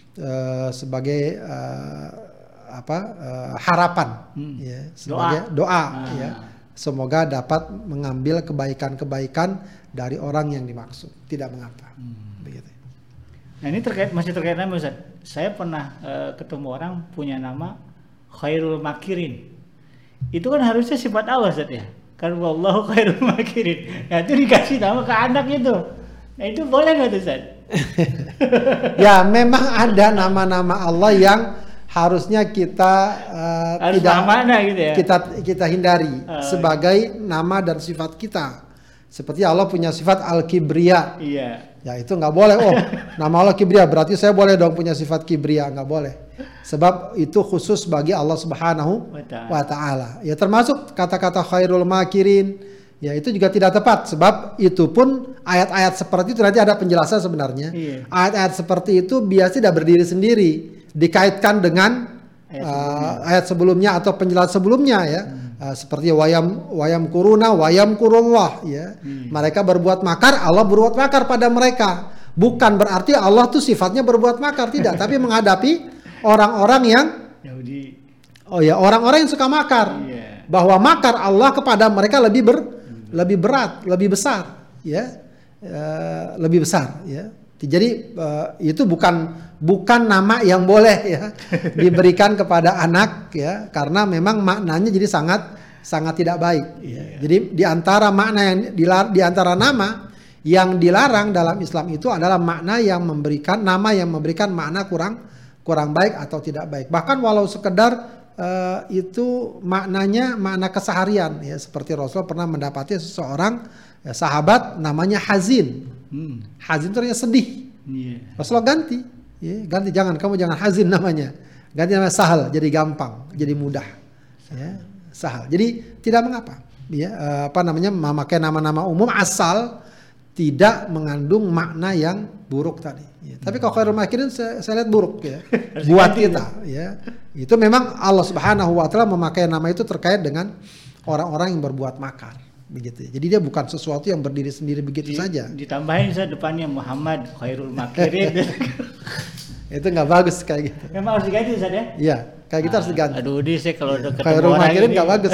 uh, sebagai uh, apa uh, harapan, hmm. ya, sebagai doa, doa ah. ya. Semoga dapat mengambil kebaikan-kebaikan dari orang yang dimaksud, tidak mengapa. Hmm. Begitu. Nah ini terkait, masih terkait nama Ustaz. Saya pernah uh, ketemu orang punya nama Khairul Makirin. Itu kan harusnya sifat Allah Ustaz ya. Kan wallahu khairul makirin. Nah itu dikasih nama ke anak itu. Nah itu boleh nggak tuh Ustaz? Ya memang ada nama-nama Allah yang harusnya kita uh, harus tidak mana gitu ya? kita kita hindari uh, sebagai nama dan sifat kita. Seperti Allah punya sifat Al-Kibriya. Iya. Ya itu nggak boleh. Oh, nama Allah Kibriya, berarti saya boleh dong punya sifat Kibriya? Nggak boleh. Sebab itu khusus bagi Allah Subhanahu wa Ta'ala. Ya termasuk kata-kata Khairul Makirin. Ya itu juga tidak tepat. Sebab itu pun ayat-ayat seperti itu nanti ada penjelasan sebenarnya. Iya. Ayat-ayat seperti itu biasa tidak berdiri sendiri. Dikaitkan dengan ayat sebelumnya, uh, ayat sebelumnya atau penjelasan sebelumnya ya. Hmm. Uh, seperti wayam wayam kuruna wayam kurullah ya. Hmm. Mereka berbuat makar, Allah berbuat makar pada mereka. Bukan berarti Allah tuh sifatnya berbuat makar, tidak, tapi menghadapi orang-orang yang Yahudi. Oh ya, orang-orang yang suka makar. Yeah. bahwa makar Allah kepada mereka lebih ber, lebih berat, lebih besar, ya, uh, lebih besar, ya. Jadi uh, itu bukan bukan nama yang boleh ya diberikan kepada anak ya, karena memang maknanya jadi sangat sangat tidak baik. Ya. Jadi di antara makna yang dilar, di antara nama yang dilarang dalam Islam itu adalah makna yang memberikan nama yang memberikan makna kurang kurang baik atau tidak baik. Bahkan walau sekedar uh, itu maknanya makna keseharian ya, seperti Rasul pernah mendapati seseorang ya, sahabat namanya Hazin. Hmm. Hazin itu artinya sedih. Yeah. Rasulullah ganti, ya, ganti jangan kamu jangan Hazin namanya, ganti namanya Sahal, jadi gampang, jadi mudah, ya, Sahal. Jadi tidak mengapa, ya, uh, apa namanya memakai nama-nama umum asal tidak mengandung makna yang buruk tadi. Ya. Hmm. Tapi kalau khairul makirin saya, saya lihat buruk ya, buat kita, ya. Itu memang Allah Subhanahu Wa Taala memakai nama itu terkait dengan orang-orang yang berbuat makar. Begitu. Jadi dia bukan sesuatu yang berdiri sendiri begitu Di, saja. Ditambahin saya depannya Muhammad Khairul Makirin. Itu nggak bagus kayak gitu. Memang harus diganti Ustaz ya? Iya, kayak gitu ah, harus diganti. Aduh, di saya kalau udah ketemu Khairul Makirin nggak bagus.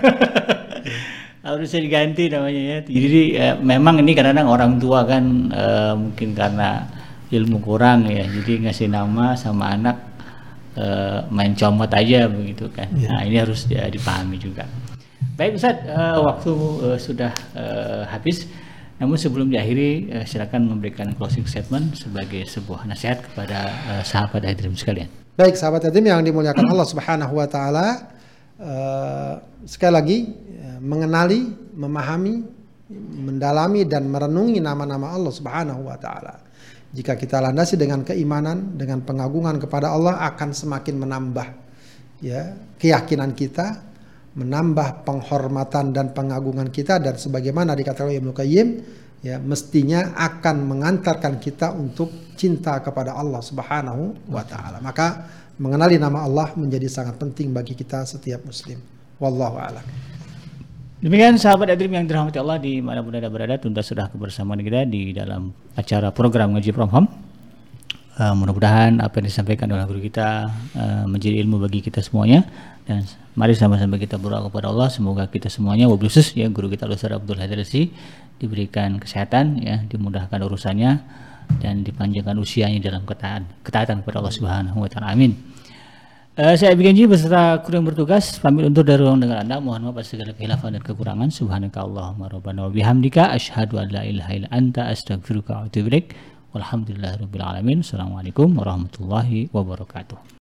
Harus diganti namanya ya. Jadi eh, memang ini kadang-kadang orang tua kan eh, mungkin karena ilmu kurang ya, jadi ngasih nama sama anak eh, main comot aja begitu kan. Ya. Nah ini harus ya, dipahami juga. Baik Ustaz, uh, waktu uh, sudah uh, habis. Namun sebelum diakhiri, uh, silakan memberikan closing statement sebagai sebuah nasihat kepada uh, sahabat hadirin sekalian. Baik sahabat hadirin yang dimuliakan Allah Subhanahu Wa Taala, uh, sekali lagi uh, mengenali, memahami, mendalami dan merenungi nama-nama Allah Subhanahu Wa Taala. Jika kita landasi dengan keimanan, dengan pengagungan kepada Allah, akan semakin menambah ya keyakinan kita, menambah penghormatan dan pengagungan kita, dan sebagaimana dikatakan oleh Ibnu Qayyim ya, mestinya akan mengantarkan kita untuk cinta kepada Allah Subhanahu wa Ta'ala. Maka mengenali nama Allah menjadi sangat penting bagi kita setiap muslim. Wallahu a'lam. Demikian sahabat Adrim yang dirahmati Allah di manapun Anda berada, tuntas sudah kebersamaan kita di dalam acara program Ngaji From Home. Uh, mudah-mudahan apa yang disampaikan oleh guru kita uh, menjadi ilmu bagi kita semuanya, dan mari sama-sama kita berdoa kepada Allah semoga kita semuanya, wabil khusus ya guru kita Ustaz Abdul Hadirsi, diberikan kesehatan ya, dimudahkan urusannya dan dipanjangkan usianya dalam ketaatan ketaatan kepada Allah Subhanahu wa Ta'ala. Amin. Uh, saya Abi Genji beserta kru yang bertugas pamit undur dari ruang dengar Anda. Mohon maaf atas segala khilafan dan kekurangan. Subhanakallahumma rabbana wa bihamdika asyhadu an la ilaha illa anta astaghfiruka wa atubu ilaik. Walhamdulillahirabbil alamin. Assalamualaikum warahmatullahi wabarakatuh.